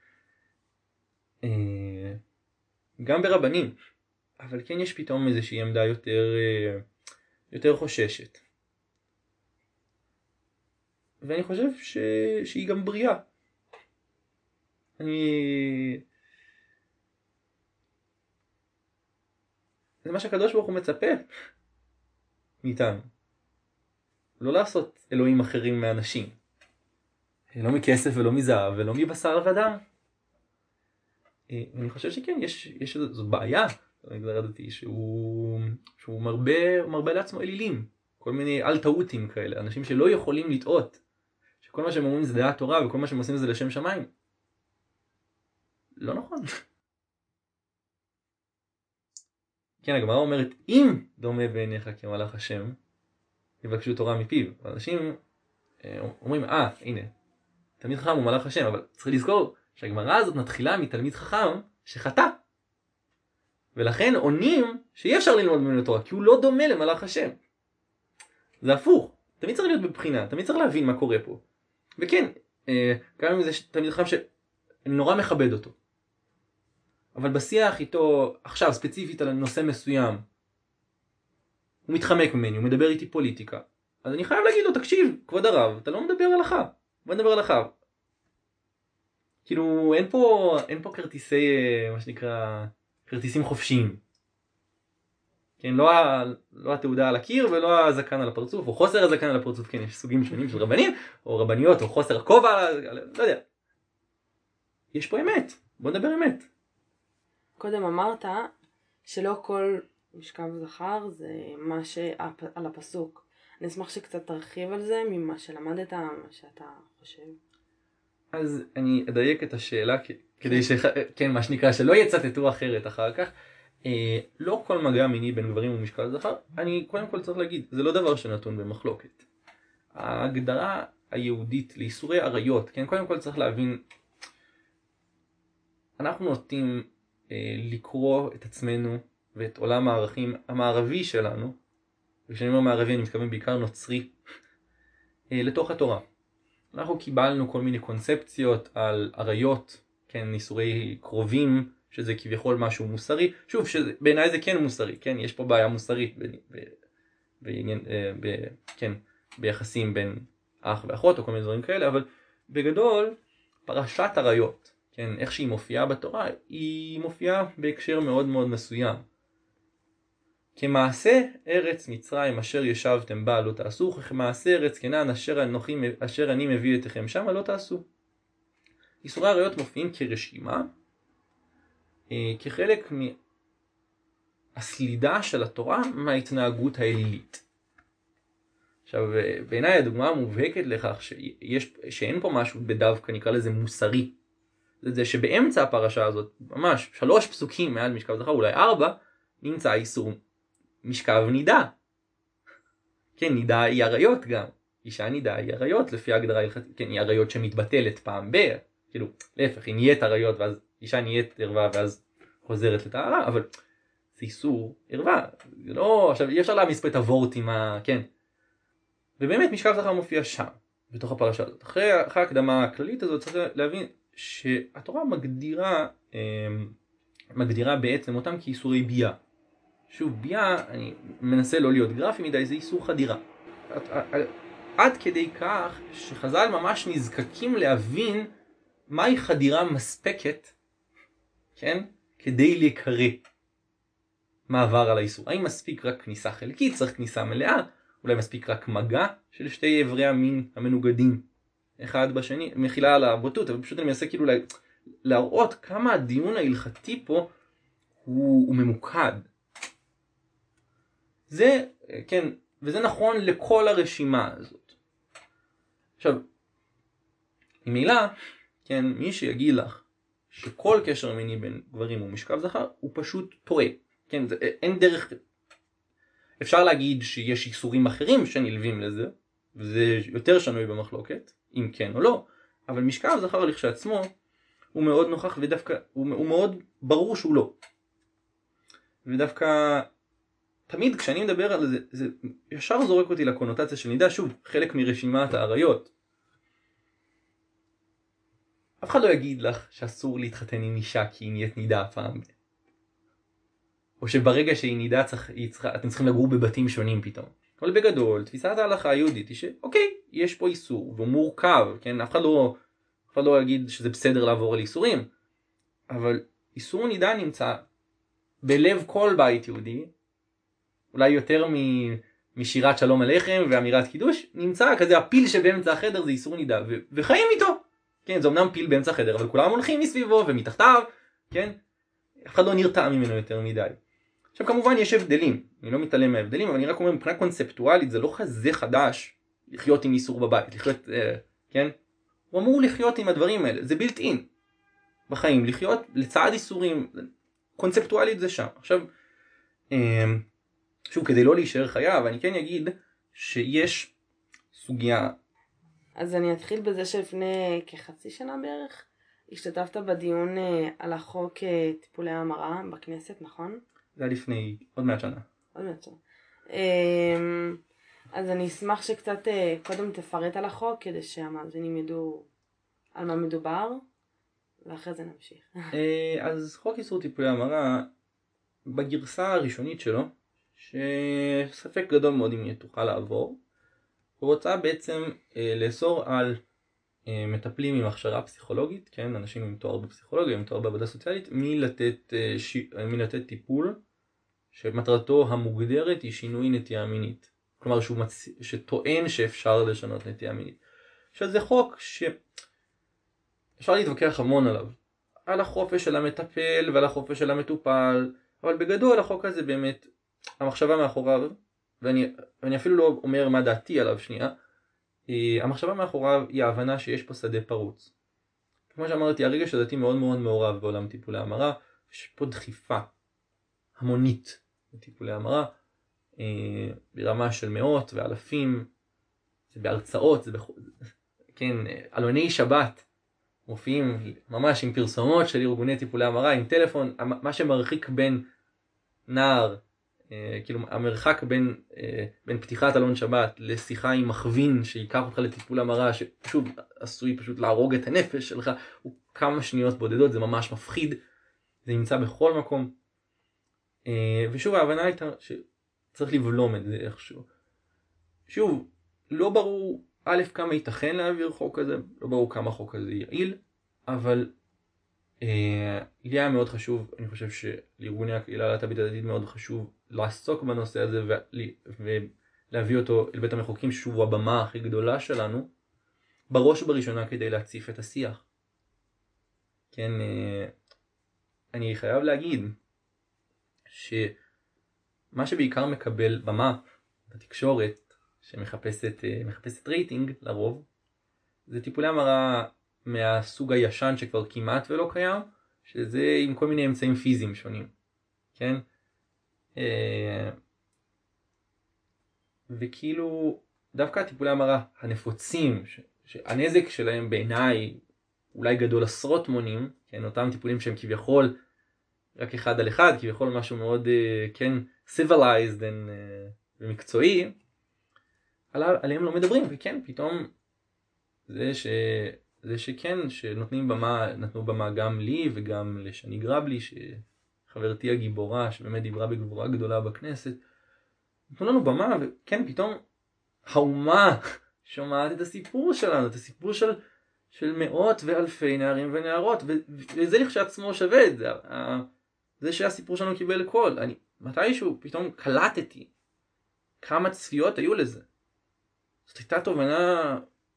גם ברבנים. אבל כן יש פתאום איזושהי עמדה יותר חוששת. ואני חושב שהיא גם בריאה. זה מה שהקדוש ברוך הוא מצפה מאיתנו. לא לעשות אלוהים אחרים מאנשים. לא מכסף ולא מזהב ולא מבשר ודם. אני חושב שכן, זו בעיה במגזר הדתי, שהוא מרבה לעצמו אלילים. כל מיני אל-טעותים כאלה, אנשים שלא יכולים לטעות. שכל מה שהם אומרים זה דעת תורה, וכל מה שהם עושים זה לשם שמיים. לא נכון. כן, הגמרא אומרת, אם דומה בעיניך כמלאך השם, יבקשו תורה מפיו. אנשים אומרים, הנה, תלמיד חכם הוא מלאך השם, אבל צריך לזכור שהגמרא הזאת מתחילה מתלמיד חכם שחטא. ולכן עונים שאי אפשר ללמוד ממנו תורה, כי הוא לא דומה למלאך השם. זה הפוך. תמיד צריך להיות בבחינה, תמיד צריך להבין מה קורה פה. וכן, גם אם זה תלמיד חכם שאני נורא מכבד אותו. אבל בשיח איתו, עכשיו ספציפית על נושא מסוים, הוא מתחמק ממני, הוא מדבר איתי פוליטיקה. אז אני חייב להגיד לו, תקשיב, כבוד הרב, אתה לא מדבר הלכה. בוא נדבר הלכה. כאילו, אין פה כרטיסי, מה שנקרא, כרטיסים חופשיים. כן, לא התעודה על הקיר ולא הזקן על הפרצוף, או חוסר הזקן על הפרצוף, כן, יש סוגים שונים של רבנים, או רבניות, או חוסר הכובע, לא יודע. יש פה אמת, בוא נדבר אמת. קודם אמרת שלא כל משכב זכר זה מה שעל הפסוק. אני אשמח שקצת תרחיב על זה ממה שלמדת, מה שאתה חושב. אז אני אדייק את השאלה כדי כן, מה שנקרא, שלא יצטטו אחרת אחר כך. לא כל מגע מיני בין גברים ומשקל זכר, אני קודם כל צריך להגיד, זה לא דבר שנתון במחלוקת. ההגדרה היהודית לאיסורי עריות, כן? קודם כל צריך להבין, אנחנו נוטים לקרוא את עצמנו ואת עולם הערכים המערבי שלנו, וכשאני אומר מערבי אני מתכוון בעיקר נוצרי, לתוך התורה. אנחנו קיבלנו כל מיני קונספציות על עריות, כן, איסורי קרובים, שזה כביכול משהו מוסרי. שוב, בעיניי זה כן מוסרי, כן, יש פה בעיה מוסרית כן, ביחסים בין אח ואחות או כל מיני דברים כאלה, אבל בגדול פרשת עריות, כן, איך שהיא מופיעה בתורה, היא מופיעה בהקשר מאוד מאוד מסוים. כמעשה ארץ מצרים אשר ישבתם בה לא תעשו, כמעשה ארץ כנען אשר אני מביא אתכם שמה לא תעשו. איסורי עריות מופיעים כרשימה, כחלק מהסלידה של התורה מההתנהגות האלילית. עכשיו, בעיניי הדוגמה המובהקת לכך שאין פה משהו בדווקא נקרא לזה מוסרי, זה שבאמצע הפרשה הזאת, ממש 3 פסוקים מעל משכב זכר, אולי 4, נמצא איסור משכב נידה. כן, נידה היא עריות גם. אישה נידה היא עריות לפי ההגדרה הלכתית. כן, היא עריות שמתבטלת פעם כאילו, להפך, היא נהיית עריות ואז אישה נהיית ערווה ואז חוזרת לטהרה, אבל זה איסור ערווה. זה לא, עכשיו, אי אפשר להעמיס פה את הוורטים, כן. ובאמת משכב זכר מופיע שם, בתוך הפרשה הזאת. אחרי ההקדמה הכללית הזאת צריך להבין שהתורה מגדירה בעצם אותם כאיסורי בייה. שוב, בייה, אני מנסה לא להיות גרפי מדי, זה איסור חדירה. עד כדי כך שחז"ל ממש נזקקים להבין מהי חדירה מספקת, כן? כדי להיקרא מעבר על האיסור. האם מספיק רק כניסה חלקית, צריך כניסה מלאה, אולי מספיק רק מגע של שתי איברי המין המנוגדים אחד בשני, מחילה על הבוטות, אבל פשוט אני מנסה כאילו להראות כמה הדיון ההלכתי פה הוא ממוקד. זה, כן, וזה נכון לכל הרשימה הזאת. עכשיו, ממילא, כן, מי שיגיד לך שכל קשר מיני בין גברים ומשכב זכר, הוא פשוט טועה. כן, אין דרך, אפשר להגיד שיש איסורים אחרים שנלווים לזה, וזה יותר שנוי במחלוקת, אם כן או לא, אבל משכב זכר לכשעצמו הוא מאוד נוכח ודווקא, הוא מאוד ברור שהוא לא. ודווקא תמיד כשאני מדבר על זה, זה ישר זורק אותי לקונוטציה של נידה, שוב, חלק מרשימת העריות. אף אחד לא יגיד לך שאסור להתחתן עם אישה כי היא נהיית נידה פעם. או שברגע שהיא נידה אתם צריכים לגור בבתים שונים פתאום. אבל בגדול, תפיסת ההלכה היהודית היא שאוקיי, יש פה איסור, והוא מורכב, כן? אף אחד לא יגיד שזה בסדר לעבור על איסורים. אבל איסור נידה נמצא בלב כל בית יהודי, אולי יותר משירת שלום עליכם ואמירת קידוש, נמצא כזה הפיל שבאמצע החדר זה איסור נידה, וחיים איתו. כן, זה אמנם פיל באמצע החדר, אבל כולם הולכים מסביבו ומתחתיו, כן? אף אחד לא נרתע ממנו יותר מדי. עכשיו כמובן יש הבדלים, אני לא מתעלם מההבדלים, אבל אני רק אומר מבחינה קונספטואלית זה לא כזה חדש לחיות עם איסור בבית, כן? הוא אמור לחיות עם הדברים האלה, זה built in בחיים, לחיות לצד איסורים, קונספטואלית זה שם. עכשיו, שוב, כדי לא להישאר חייב, אני כן אגיד שיש סוגיה. אז אני אתחיל בזה שלפני כחצי שנה בערך, השתתפת בדיון על החוק טיפולי המרה בכנסת, נכון? זה היה לפני עוד מעט שנה. עוד מעט שנה. אז אני אשמח שקצת קודם תפרט על החוק, כדי שהמאזינים ידעו על מה מדובר, ואחרי זה נמשיך. אז חוק איסור טיפולי המרה, בגרסה הראשונית שלו, שספק גדול מאוד אם היא תוכל לעבור, הוא רוצה בעצם לאסור על מטפלים עם הכשרה פסיכולוגית, כן, אנשים עם תואר בפסיכולוגיה, עם תואר בעבודה סוציאלית, מלתת טיפול שמטרתו המוגדרת היא שינוי נטייה מינית. כלומר, שטוען שאפשר לשנות נטייה מינית. עכשיו זה חוק שאפשר להתווכח המון עליו. על החופש של המטפל ועל החופש של המטופל, אבל בגדול החוק הזה באמת, המחשבה מאחוריו, ואני אפילו לא אומר מה דעתי עליו שנייה, המחשבה מאחוריו היא ההבנה שיש פה שדה פרוץ. כמו שאמרתי, הרגע שדעתי מאוד מאוד מעורב בעולם טיפולי המרה, יש פה דחיפה המונית לטיפולי המרה, ברמה של מאות ואלפים, זה בהרצאות, כן, אלוני שבת, מופיעים ממש עם פרסומות של ארגוני טיפולי המרה, עם טלפון, מה שמרחיק בין נער, כאילו המרחק בין פתיחת אלון שבת לשיחה עם מכווין שיקח אותך לטיפול המרה, שפשוט עשוי פשוט להרוג את הנפש שלך, הוא כמה שניות בודדות, זה ממש מפחיד, זה נמצא בכל מקום. ושוב, ההבנה הייתה שצריך לבלום את זה איכשהו. שוב, לא ברור א' כמה ייתכן להעביר חוק כזה, לא ברור כמה חוק כזה יעיל, אבל לי היה מאוד חשוב, אני חושב שלארגוני הקהילה הלהט"בית הדתית מאוד חשוב לעסוק בנושא הזה ולהביא אותו אל בית המחוקקים, שוב הוא הבמה הכי גדולה שלנו, בראש ובראשונה כדי להציף את השיח. כן, אני חייב להגיד שמה שבעיקר מקבל במה בתקשורת שמחפשת רייטינג לרוב, זה טיפולי המרה מהסוג הישן שכבר כמעט ולא קיים, שזה עם כל מיני אמצעים פיזיים שונים, כן? וכאילו דווקא הטיפולי המרה הנפוצים, שהנזק שלהם בעיניי אולי גדול עשרות מונים, כן? אותם טיפולים שהם כביכול רק אחד על אחד, כביכול משהו מאוד, כן, civilized ומקצועי, עליהם לא מדברים, וכן, פתאום זה שכן, שנותנים במה, נתנו במה גם לי וגם לשני גרבלי, שחברתי הגיבורה, שבאמת דיברה בגבורה גדולה בכנסת, נתנו לנו במה, וכן, פתאום האומה שומעת את הסיפור שלנו, את הסיפור של מאות ואלפי נערים ונערות, וזה לכשעצמו שווה את זה. זה שהסיפור שלנו קיבל קול. אני מתישהו פתאום קלטתי כמה צפיות היו לזה. זאת הייתה תובנה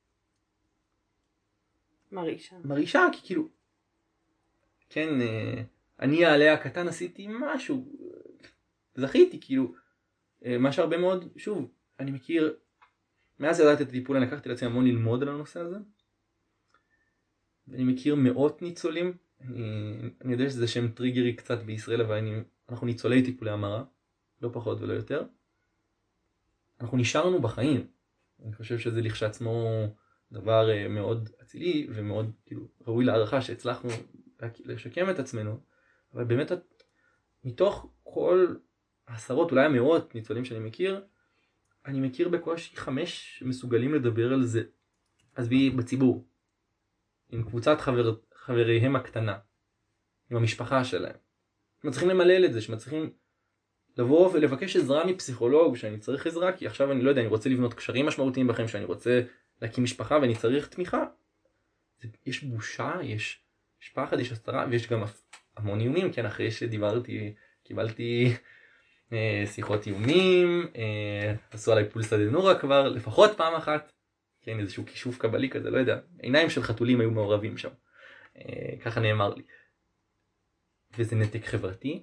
מרעישה, כי כאילו, כן, אני העלה הקטן עשיתי משהו, זכיתי, כאילו, מה שהרבה מאוד, שוב, אני מכיר, מאז ידעתי את הטיפול, אני לקחתי לעצמי המון ללמוד על הנושא הזה, ואני מכיר מאות ניצולים, אני יודע שזה שם טריגרי קצת בישראל, אבל אנחנו ניצולי טיפולי המרה, לא פחות ולא יותר, אנחנו נשארנו בחיים, אני חושב שזה לכשעצמו דבר מאוד אצילי ומאוד כאילו ראוי להערכה שהצלחנו לשקם את עצמנו, אבל באמת מתוך כל עשרות, אולי המאות ניצולים שאני מכיר, אני מכיר בקושי 5 מסוגלים לדבר על זה, אז בציבור, עם קבוצת חבריהם הקטנה, עם המשפחה שלהם. מצליחים למלל את זה, שמצליחים לבוא ולבקש עזרה מפסיכולוג, שאני צריך עזרה, כי עכשיו אני לא יודע, אני רוצה לבנות קשרים משמעותיים בחיים, שאני רוצה להקים משפחה ואני צריך תמיכה. יש בושה, יש פחד, יש הסתרה, ויש גם המון איומים, כן, אחרי שדיברתי, קיבלתי שיחות איומים, עשו עליי פולסא דנורא כבר, לפחות פעם אחת, כן, איזשהו כישוף קבלי כזה, לא יודע, עיניים של חתולים היו מעורבים שם, ככה נאמר לי. וזה נתק חברתי,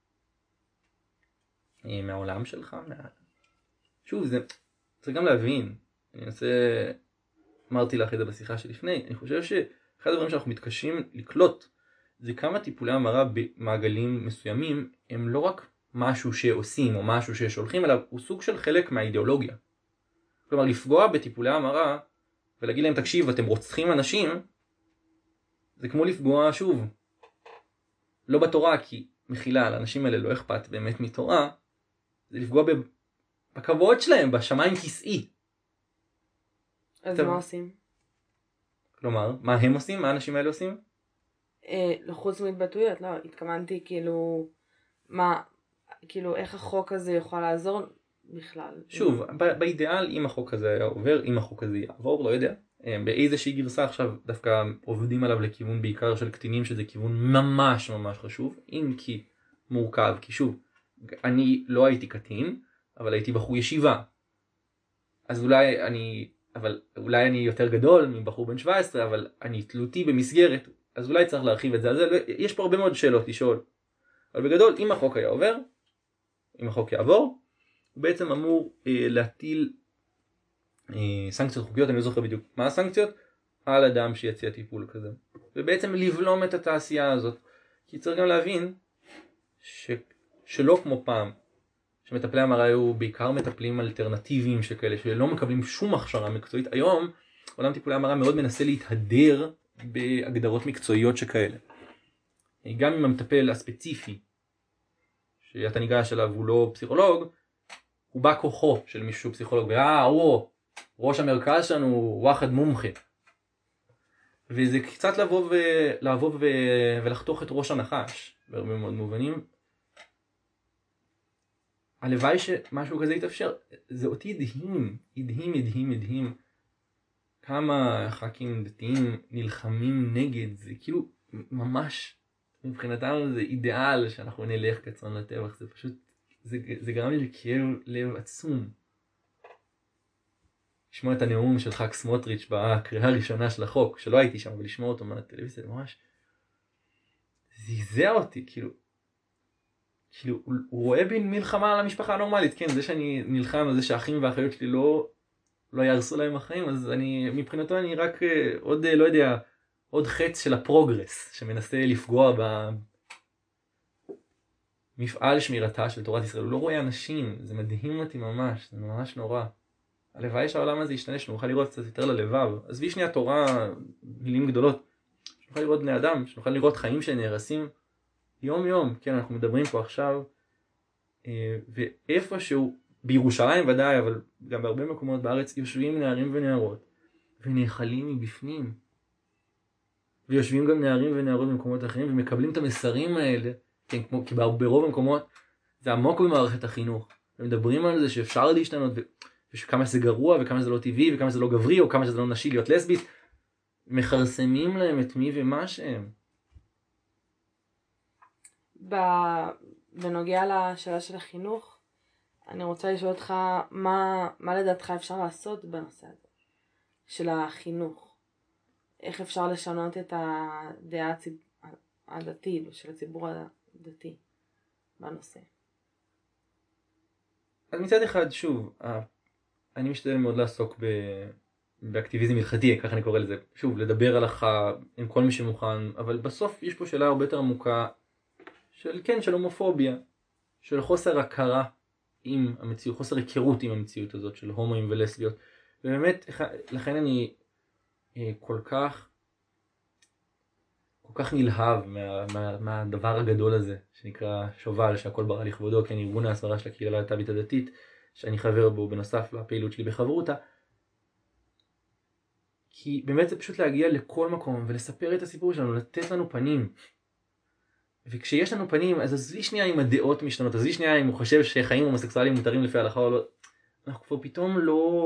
מהעולם שלך, שוב, זה צריך גם להבין, אני אנסה, אמרתי לך את זה בשיחה שלפני, אני חושב שאחד הדברים שאנחנו מתקשים לקלוט, זה כמה טיפולי המרה במעגלים מסוימים, הם לא רק משהו שעושים או משהו ששולחים, אלא הוא סוג של חלק מהאידיאולוגיה. כלומר, לפגוע בטיפולי המרה, ולהגיד להם, תקשיב, אתם רוצחים אנשים, זה כמו לפגוע, שוב, לא בתורה, כי מחילה, לאנשים האלה לא אכפת באמת מתורה, זה לפגוע בכבוד שלהם, בשמיים כיסאי. אז מה עושים? כלומר, מה הם עושים? מה האנשים האלה עושים? חוץ מהתבטאויות, לא, התכוונתי כאילו, כאילו איך החוק הזה יכול לעזור בכלל. שוב, באידאל, אם החוק הזה היה עובר, אם החוק הזה יעבור, לא יודע, באיזושהי גרסה עכשיו דווקא עובדים עליו לכיוון בעיקר של קטינים, שזה כיוון ממש ממש חשוב, אם כי מורכב, כי שוב, אני לא הייתי קטין, אבל הייתי בחור ישיבה. אז אולי אני יותר גדול מבחור בן 17, אבל אני תלותי במסגרת, אז אולי צריך להרחיב את זה. יש פה הרבה מאוד שאלות לשאול. אבל בגדול, אם החוק היה עובר, אם החוק יעבור, הוא בעצם אמור להטיל סנקציות חוקיות, אני לא זוכר בדיוק מה הסנקציות, על אדם שיציע טיפול כזה. ובעצם לבלום את התעשייה הזאת. כי צריך גם להבין שלא כמו פעם, שמטפלי המרה היו בעיקר מטפלים אלטרנטיביים שכאלה, שלא מקבלים שום הכשרה מקצועית. היום עולם טיפולי המרה מאוד מנסה להתהדר בהגדרות מקצועיות שכאלה. גם אם המטפל הספציפי שאתה ניגש אליו הוא לא פסיכולוג, הוא בא כוחו של מישהו פסיכולוג, הוא ראש המרכז שלנו הוא וואחד מומחה. וזה קצת לבוא ולחתוך את ראש הנחש, בהרבה מאוד מובנים. הלוואי שמשהו כזה יתאפשר, זה אותי ידהים כמה ח"כים דתיים נלחמים נגד, זה כאילו ממש מבחינתם זה אידיאל שאנחנו נלך כצאן לטבח, זה פשוט, זה גרם לי לכאב לב עצום. לשמוע את הנאום של ח"כ סמוטריץ' בקריאה הראשונה של החוק, שלא הייתי שם, אבל לשמוע אותו מהטלוויזיה, זה ממש זעזע אותי, כאילו הוא רואה בי מלחמה על המשפחה הנורמלית, כן, זה שאני נלחם על זה שהאחים והאחיות שלי לא יהרסו להם החיים, אז מבחינתו אני רק עוד, לא יודע, עוד חץ של הפרוגרס, שמנסה לפגוע במפעל שמירתה של תורת ישראל. הוא לא רואה אנשים, זה מדהים אותי ממש, זה ממש נורא. הלוואי שהעולם הזה ישתנה, שנוכל לראות קצת יותר ללבב. עזבי שנייה תורה, מילים גדולות, שנוכל לראות בני אדם, שנוכל לראות חיים שנהרסים יום יום. כן, אנחנו מדברים פה עכשיו, ואיפשהו, בירושלים ודאי, אבל גם בהרבה מקומות בארץ, יושבים נערים ונערות, ונאכלים מבפנים. ויושבים גם נערים ונערות במקומות אחרים, ומקבלים את המסרים האלה, כן, כי ברוב המקומות, זה עמוק במערכת החינוך. ומדברים על זה שאפשר להשתנות, וכמה זה גרוע, וכמה זה לא טבעי, וכמה זה לא גברי, או כמה זה לא נשי להיות לסבית. מחרסמים להם את מי ומה שהם. בנוגע לשאלה של החינוך, אני רוצה לשאול אותך, מה לדעתך אפשר לעשות בנושא הזה, של החינוך? איך אפשר לשנות את הדעה הדתית, של הציבור הדתי בנושא? אז מצד אחד, שוב, אני משתדל מאוד לעסוק באקטיביזם הלכתי, ככה אני קורא לזה. שוב, לדבר הלכה עם כל מי שמוכן, אבל בסוף יש פה שאלה הרבה יותר עמוקה, של הומופוביה, של חוסר הכרה עם המציאות, חוסר היכרות עם המציאות הזאת של הומואים ולסביות. ובאמת, לכן אני כל כך נלהב מהדבר הגדול הזה, שנקרא שובל, שהכל ברא לכבודו, כן, ארגון ההסברה של הקהילה הלהט"בית הדתית, שאני חבר בו בנוסף לפעילות שלי בחברותה. כי באמת זה פשוט להגיע לכל מקום ולספר את הסיפור שלנו, לתת לנו פנים. וכשיש לנו פנים, אז עזבי שנייה אם הדעות משתנות, עזבי שנייה אם הוא חושב שחיים הומוסקסואליים מותרים לפי ההלכה או לא. אנחנו כבר פתאום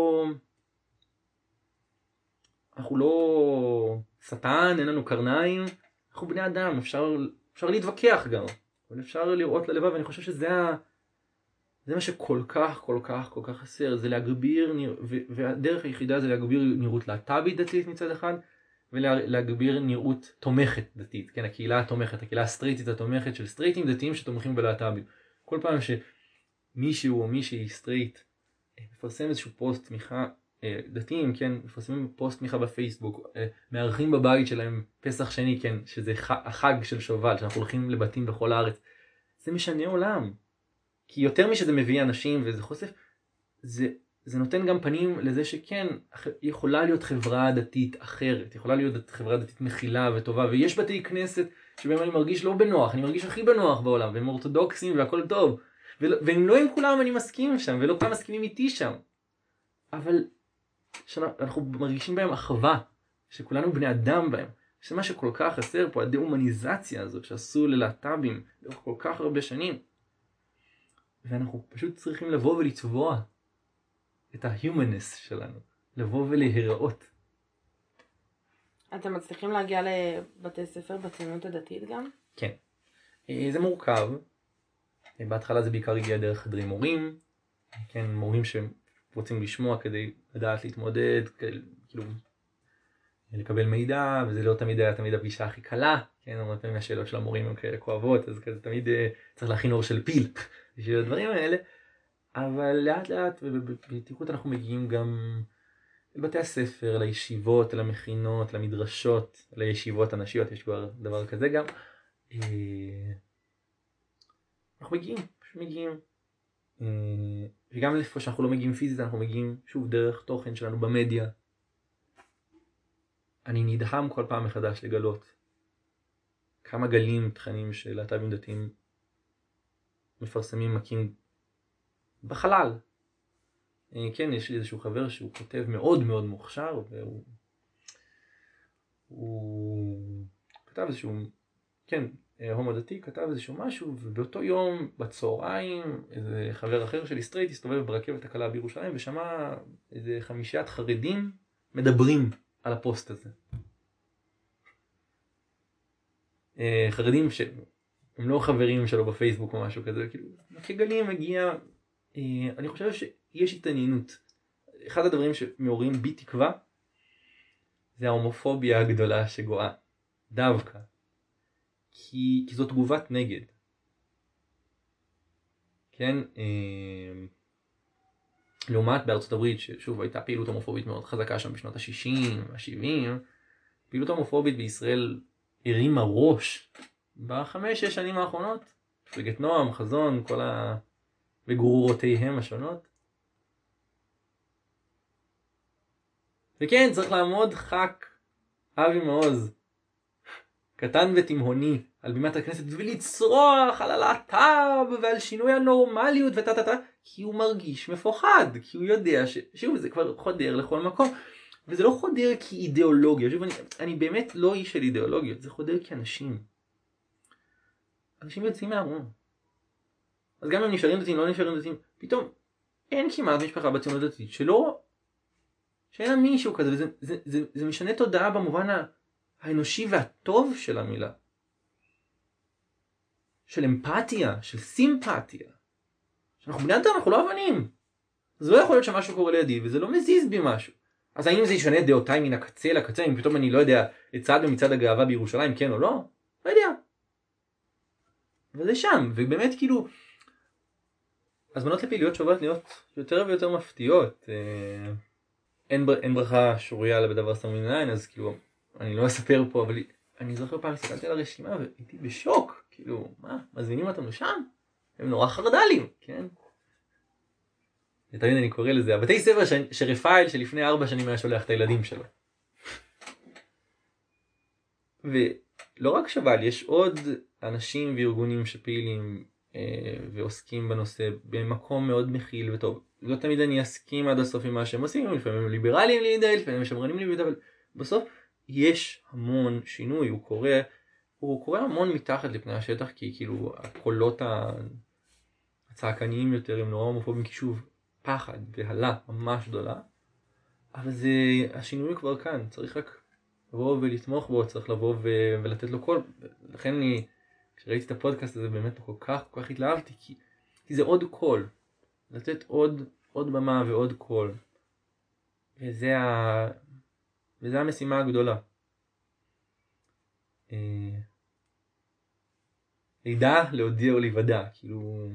אנחנו לא שטן, אין לנו קרניים, אנחנו בני אדם, אפשר להתווכח גם, אבל אפשר לראות ללבב, ואני חושב שזה מה שכל כך חסר, זה להגביר, והדרך היחידה זה להגביר נראות להט"בית דתית מצד אחד, ולהגביר נראות תומכת דתית, כן, הקהילה התומכת, הקהילה הסטרייטית התומכת של סטרייטים דתיים שתומכים בלהט"בים. כל פעם שמישהו או מישהי סטרייט מפרסם איזשהו פוסט תמיכה, דתיים, כן, מפרסמים פוסט תמיכה בפייסבוק, מארחים בבית שלהם פסח שני, כן, שזה החג של שובל, שאנחנו הולכים לבתים בכל הארץ. זה משנה עולם. כי יותר משזה מביא אנשים וזה חושף, זה נותן גם פנים לזה שכן, יכולה להיות חברה דתית אחרת, יכולה להיות חברה דתית מכילה וטובה, ויש בתי כנסת שבהם אני מרגיש לא בנוח, אני מרגיש הכי בנוח בעולם, והם אורתודוקסים והכל טוב, ואם לא עם כולם אני מסכים שם, ולא כולם מסכימים איתי שם. אבל אנחנו מרגישים בהם אחווה, שכולנו בני אדם בהם. זה מה שכל כך חסר פה, הדה-הומניזציה הזאת שעשו ללהט"בים לאורך כל כך הרבה שנים. ואנחנו פשוט צריכים לבוא ולצבוע את ה-humanness שלנו, לבוא ולהיראות. אתם מצליחים להגיע לבתי ספר בציונות הדתית גם? כן. זה מורכב. בהתחלה זה בעיקר הגיע דרך חדרי מורים, כן, מורים שרוצים לשמוע כדי לדעת להתמודד, כאילו לקבל מידע, וזה לא תמיד היה תמיד הפגישה הכי קלה, כן, הרבה פעמים השאלות של המורים הם כאלה כואבות, אז כזה תמיד צריך להכין אור של פיל בשביל הדברים האלה, אבל לאט לאט ובבטיחות אנחנו מגיעים גם לבתי הספר, לישיבות, למכינות, למדרשות, לישיבות הנשיות, יש כבר דבר כזה גם. אנחנו פשוט מגיעים. וגם איפה שאנחנו לא מגיעים פיזית, אנחנו מגיעים שוב דרך תוכן שלנו במדיה. אני נדהם כל פעם מחדש לגלות כמה גלים תכנים של להט"בים דתיים מפרסמים מכים בחלל. כן, יש לי איזשהו חבר שהוא כותב מאוד מאוד מוכשר, והוא כתב איזשהו, כן, הומו דתי, כתב איזשהו משהו, ובאותו יום בצהריים איזה חבר אחר שלי סטרייט הסתובב ברכבת הקלה בירושלים ושמע איזה 5 חרדים מדברים על הפוסט הזה. חרדים שהם לא חברים שלו בפייסבוק או משהו כזה, כאילו, כגלים מגיע, אני חושב שיש התעניינות. אחד הדברים שמעוררים בי תקווה, זה ההומופוביה הגדולה שגואה, דווקא. כי זו תגובת נגד. כן, לעומת בארצות הברית, ששוב הייתה פעילות הומופובית מאוד חזקה שם בשנות ה-60, ה-70, פעילות הומופובית בישראל הרימה ראש ב5-6 שנים האחרונות. מפלגת נועם, חזון, כל וגרורותיהם השונות. וכן, צריך לעמוד ח"כ אבי מעוז, קטן ותימהוני, על בימת הכנסת ולצרוח על הלהט"ב ועל שינוי הנורמליות כי הוא מרגיש מפוחד, כי הוא יודע שוב, זה כבר חודר לכל מקום. וזה לא חודר כאידיאולוגיה, שוב, אני באמת לא איש של אידיאולוגיות, זה חודר כאנשים. אנשים יוצאים מהארון. אז גם אם נשארים דתיים, לא נשארים דתיים, פתאום אין כמעט משפחה בציונות דתית שאין לה מישהו כזה, וזה משנה תודעה במובן האנושי והטוב של המילה. של אמפתיה, של סימפתיה. שאנחנו בני אדם, אנחנו לא אבנים. זה לא יכול להיות שמשהו קורה לידי, וזה לא מזיז בי משהו. אז האם זה ישנה דעותיי מן הקצה לקצה, אם פתאום אני לא יודע, אצעד במצעד הגאווה בירושלים, כן או לא? לא יודע. וזה שם, ובאמת כאילו, הזמנות לפעילויות שוות להיות יותר ויותר מפתיעות. אין ברכה שוריה בדבר סמוי עין, אז כאילו, אני לא אספר פה, אבל אני זוכר פעם, הסתכלתי על הרשימה והייתי בשוק. כאילו, מה? מזמינים אותנו שם? הם נורא חרדלים, כן? תמיד אני קורא לזה, הבתי ספר שרפאל שלפני 4 שנים היה שולח את הילדים שלו. ולא רק שבל, יש עוד אנשים וארגונים שפעילים ועוסקים בנושא במקום מאוד מכיל וטוב. לא תמיד אני אסכים עד הסוף עם מה שהם עושים, לפעמים הם ליברליים לי מדי, לפעמים הם שמרנים לי מדי, אבל בסוף יש המון שינוי, הוא קורה המון מתחת לפני השטח, כי כאילו הקולות הצעקניים יותר הם נורא הומופובים, כי שוב פחד והלה ממש גדולה, אבל השינוי כבר כאן, צריך רק לבוא ולתמוך בו, צריך לבוא ולתת לו קול. לכן כשראיתי את הפודקאסט הזה באמת כל כך התלהבתי, כי זה עוד קול, לתת עוד במה ועוד קול, וזה המשימה הגדולה. לידע, להודיע או להיוודע, כאילו,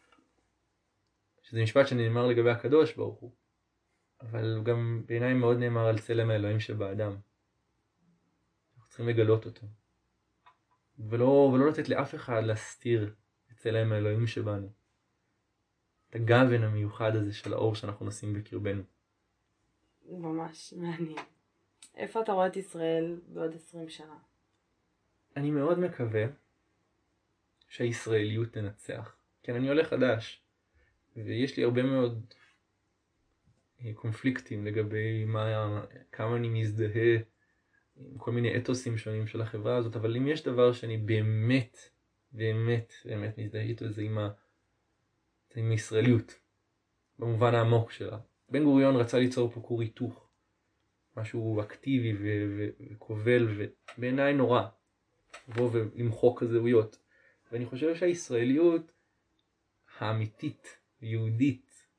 שזה משפט שנאמר לגבי הקדוש ברוך הוא, אבל גם בעיניי מאוד נאמר על צלם האלוהים שבאדם. אנחנו צריכים לגלות אותו, ולא לתת לאף אחד להסתיר את צלם האלוהים שבנו, את הגוון המיוחד הזה של האור שאנחנו נשים בקרבנו. ממש מעניין. איפה אתה רואה את ישראל בעוד 20 שנה? אני מאוד מקווה שהישראליות תנצח. כן, אני עולה חדש, ויש לי הרבה מאוד קונפליקטים לגבי כמה אני מזדהה עם כל מיני אתוסים שונים של החברה הזאת, אבל אם יש דבר שאני באמת מזדהה איתו, זה עם ישראליות, במובן העמוק שלה. בן גוריון רצה ליצור פה כור היתוך, משהו אקטיבי וכובל, ובעיניי נורא, לבוא ולמחוק הזהויות. ואני חושב שהישראליות האמיתית, יהודית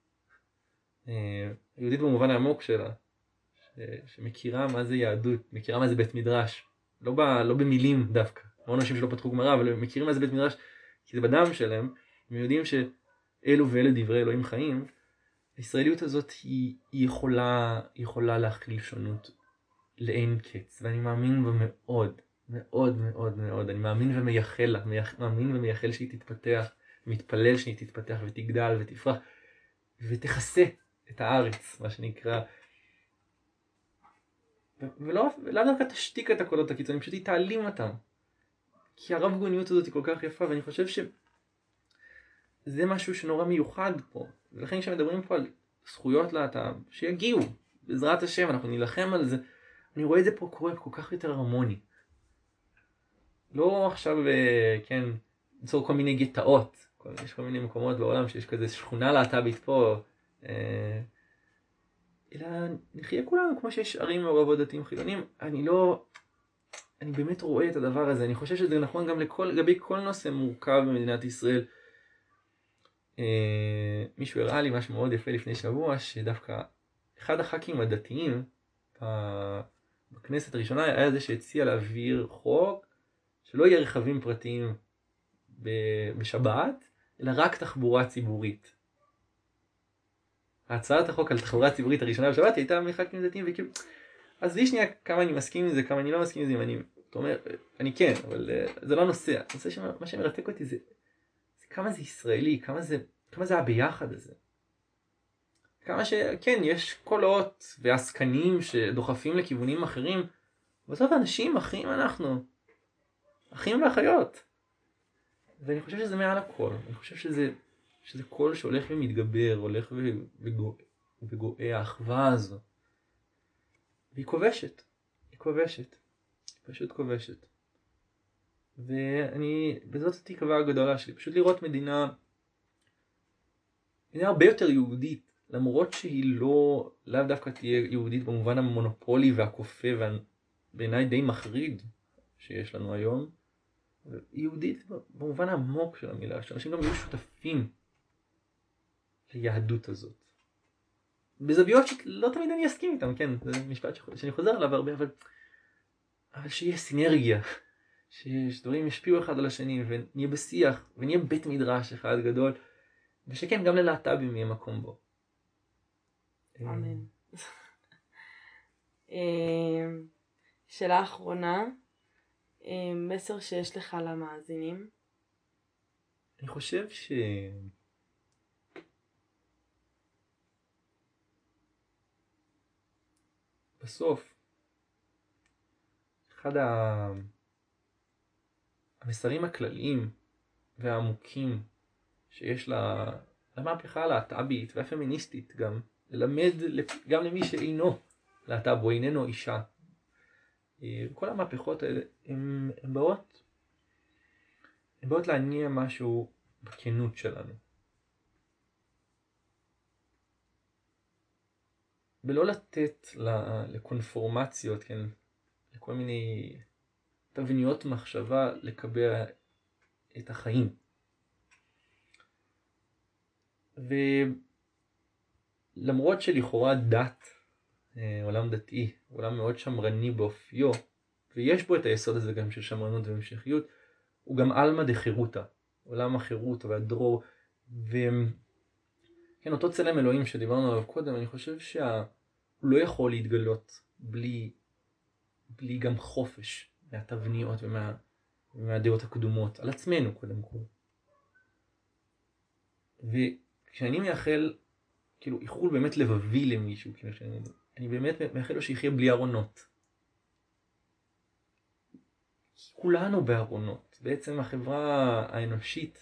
במובן העמוק שלה, שמכירה מה זה יהדות, מכירה מה זה בית מדרש, לא במילים דווקא, לא אנשים שלא פתחו גמרא, אבל הם מכירים מה זה בית מדרש, כי זה בדם שלהם, הם יודעים שאלו ואלה דברי אלוהים חיים. הישראליות הזאת היא יכולה להכיל שונות לאין קץ, ואני מאמין בה מאוד, מאוד מאוד מאוד, אני מאמין ומייחל לה, מאמין ומייחל שהיא תתפתח, מתפלל שהיא תתפתח ותגדל ותפרח, ותכסה את הארץ, מה שנקרא. ולא דווקא תשתיק את הקולות הקיצוניים, פשוט היא תעלים אותם. כי הרב גוניות הזאת היא כל כך יפה, ואני חושב שזה משהו שנורא מיוחד פה. ולכן כשמדברים פה על זכויות להט"ב, שיגיעו, בעזרת השם, אנחנו נילחם על זה. אני רואה את זה פה קורה כל כך יותר הרמוני. לא עכשיו, כן, ליצור כל מיני גטאות. יש כל מיני מקומות בעולם שיש כזה שכונה להט"בית פה. אלא נחיה כולנו כמו שיש ערים מעורבות דתיים חילונים. אני באמת רואה את הדבר הזה. אני חושב שזה נכון גם לגבי כל נושא מורכב במדינת ישראל. מישהו הראה לי משהו מאוד יפה לפני שבוע, שדווקא אחד הח"כים הדתיים בכנסת הראשונה היה זה שהציע להעביר חוק שלא יהיה רכבים פרטיים בשבת, אלא רק תחבורה ציבורית. הצעת החוק על תחבורה ציבורית הראשונה בשבת הייתה מח"כים דתיים, וכאילו, אז לי שנייה כמה אני מסכים עם זה, כמה אני לא מסכים עם זה, אני כן, אבל זה לא נושא. הנושא שמה שמרתק אותי זה כמה זה ישראלי, כמה זה הביחד הזה. כמה שכן, יש קולות ועסקנים שדוחפים לכיוונים אחרים, בסוף אנשים אחים אנחנו. אחים ואחיות. ואני חושב שזה מעל הכל. אני חושב שזה קול שהולך ומתגבר, הולך וגואה האחווה הזו. והיא כובשת. היא פשוט כובשת. בזאת התקווה הגדולה שלי, פשוט לראות מדינה הרבה יותר יהודית, למרות שהיא לאו דווקא תהיה יהודית במובן המונופולי והכופה ובעיניי די מחריד שיש לנו היום. יהודית במובן העמוק של המילה, שאנשים גם יהיו שותפים ליהדות הזאת. בזוויות שלא תמיד אני אסכים איתם, כן, זה משפט שאני חוזר עליו הרבה, אבל שיהיה סינרגיה, שדברים ישפיעו אחד על השני, ונהיה בשיח, ונהיה בית מדרש אחד גדול, ושכן, גם ללהט"בים יהיה מקום בו. אמן. שאלה אחרונה, מסר שיש לך למאזינים? אני חושב בסוף, אחד המסרים הכלליים והעמוקים שיש למהפכה הלהט"בית והפמיניסטית גם, ללמד גם למי שאינו להט"ב או איננו אישה. כל המהפכות האלה הן באות להניע משהו בכנות שלנו. ולא לתת לקונפורמציות, כן, לכל מיני תבניות מחשבה לקבע את החיים. ולמרות שלכאורה דת, עולם דתי, עולם מאוד שמרני באופיו, ויש בו את היסוד הזה גם של שמרנות והמשכיות, הוא גם אלמא דחירותא, עולם החירות והדרור, כן, אותו צלם אלוהים שדיברנו עליו קודם, אני חושב שהוא לא יכול להתגלות בלי גם חופש מהתבניות ומהדעות הקדומות, על עצמנו קודם כל. וכשאני מייחל, כאילו, איחול באמת לבבי למישהו, כאילו, אני באמת מייחל לו שיחיה בלי ארונות. כולנו בארונות. בעצם החברה האנושית,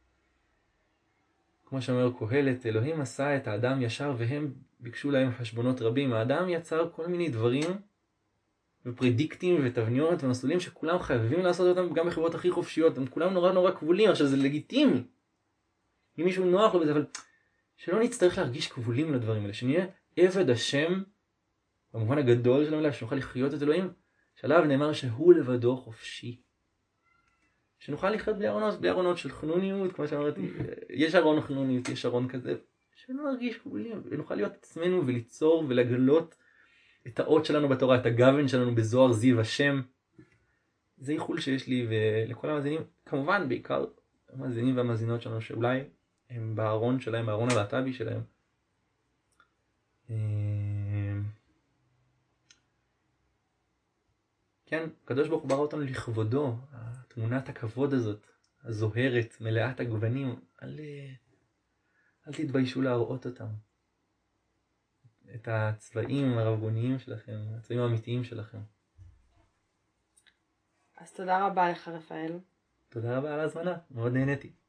כמו שאומר קהלת, אלוהים עשה את האדם ישר והם ביקשו להם חשבונות רבים. האדם יצר כל מיני דברים ופרדיקטים ותבניות ומסלולים שכולם חייבים לעשות אותם גם בחברות הכי חופשיות. הם כולם נורא כבולים, עכשיו זה לגיטימי. אם מישהו נוח לו בזה, אבל שלא נצטרך להרגיש כבולים לדברים האלה, שנהיה עבד השם, במובן הגדול של המילה, שנוכל לחיות את אלוהים, שעליו נאמר שהוא לבדו חופשי. שנוכל לחיות בלי ארונות של חנוניות, כמו שאמרתי, יש ארון חנוניות, יש ארון כזה, שלא נרגיש כבולים, ונוכל להיות עצמנו וליצור ולגלות את האות שלנו בתורה, את הגוון שלנו בזוהר זיו השם. זה איחול שיש לי ולכל המאזינים, כמובן בעיקר המאזינים והמאזינות שלנו, שאולי הם בארון שלהם, בארון הלהט"בי שלהם. כן, הקדוש ברוך הוא ברא אותנו לכבודו, תמונת הכבוד הזאת, הזוהרת, מלאת הגוונים, אל תתביישו להראות אותם. את הצבעים הרבגוניים שלכם, הצבעים האמיתיים שלכם. אז תודה רבה לך רפאל. תודה רבה על ההזמנה, מאוד נהניתי.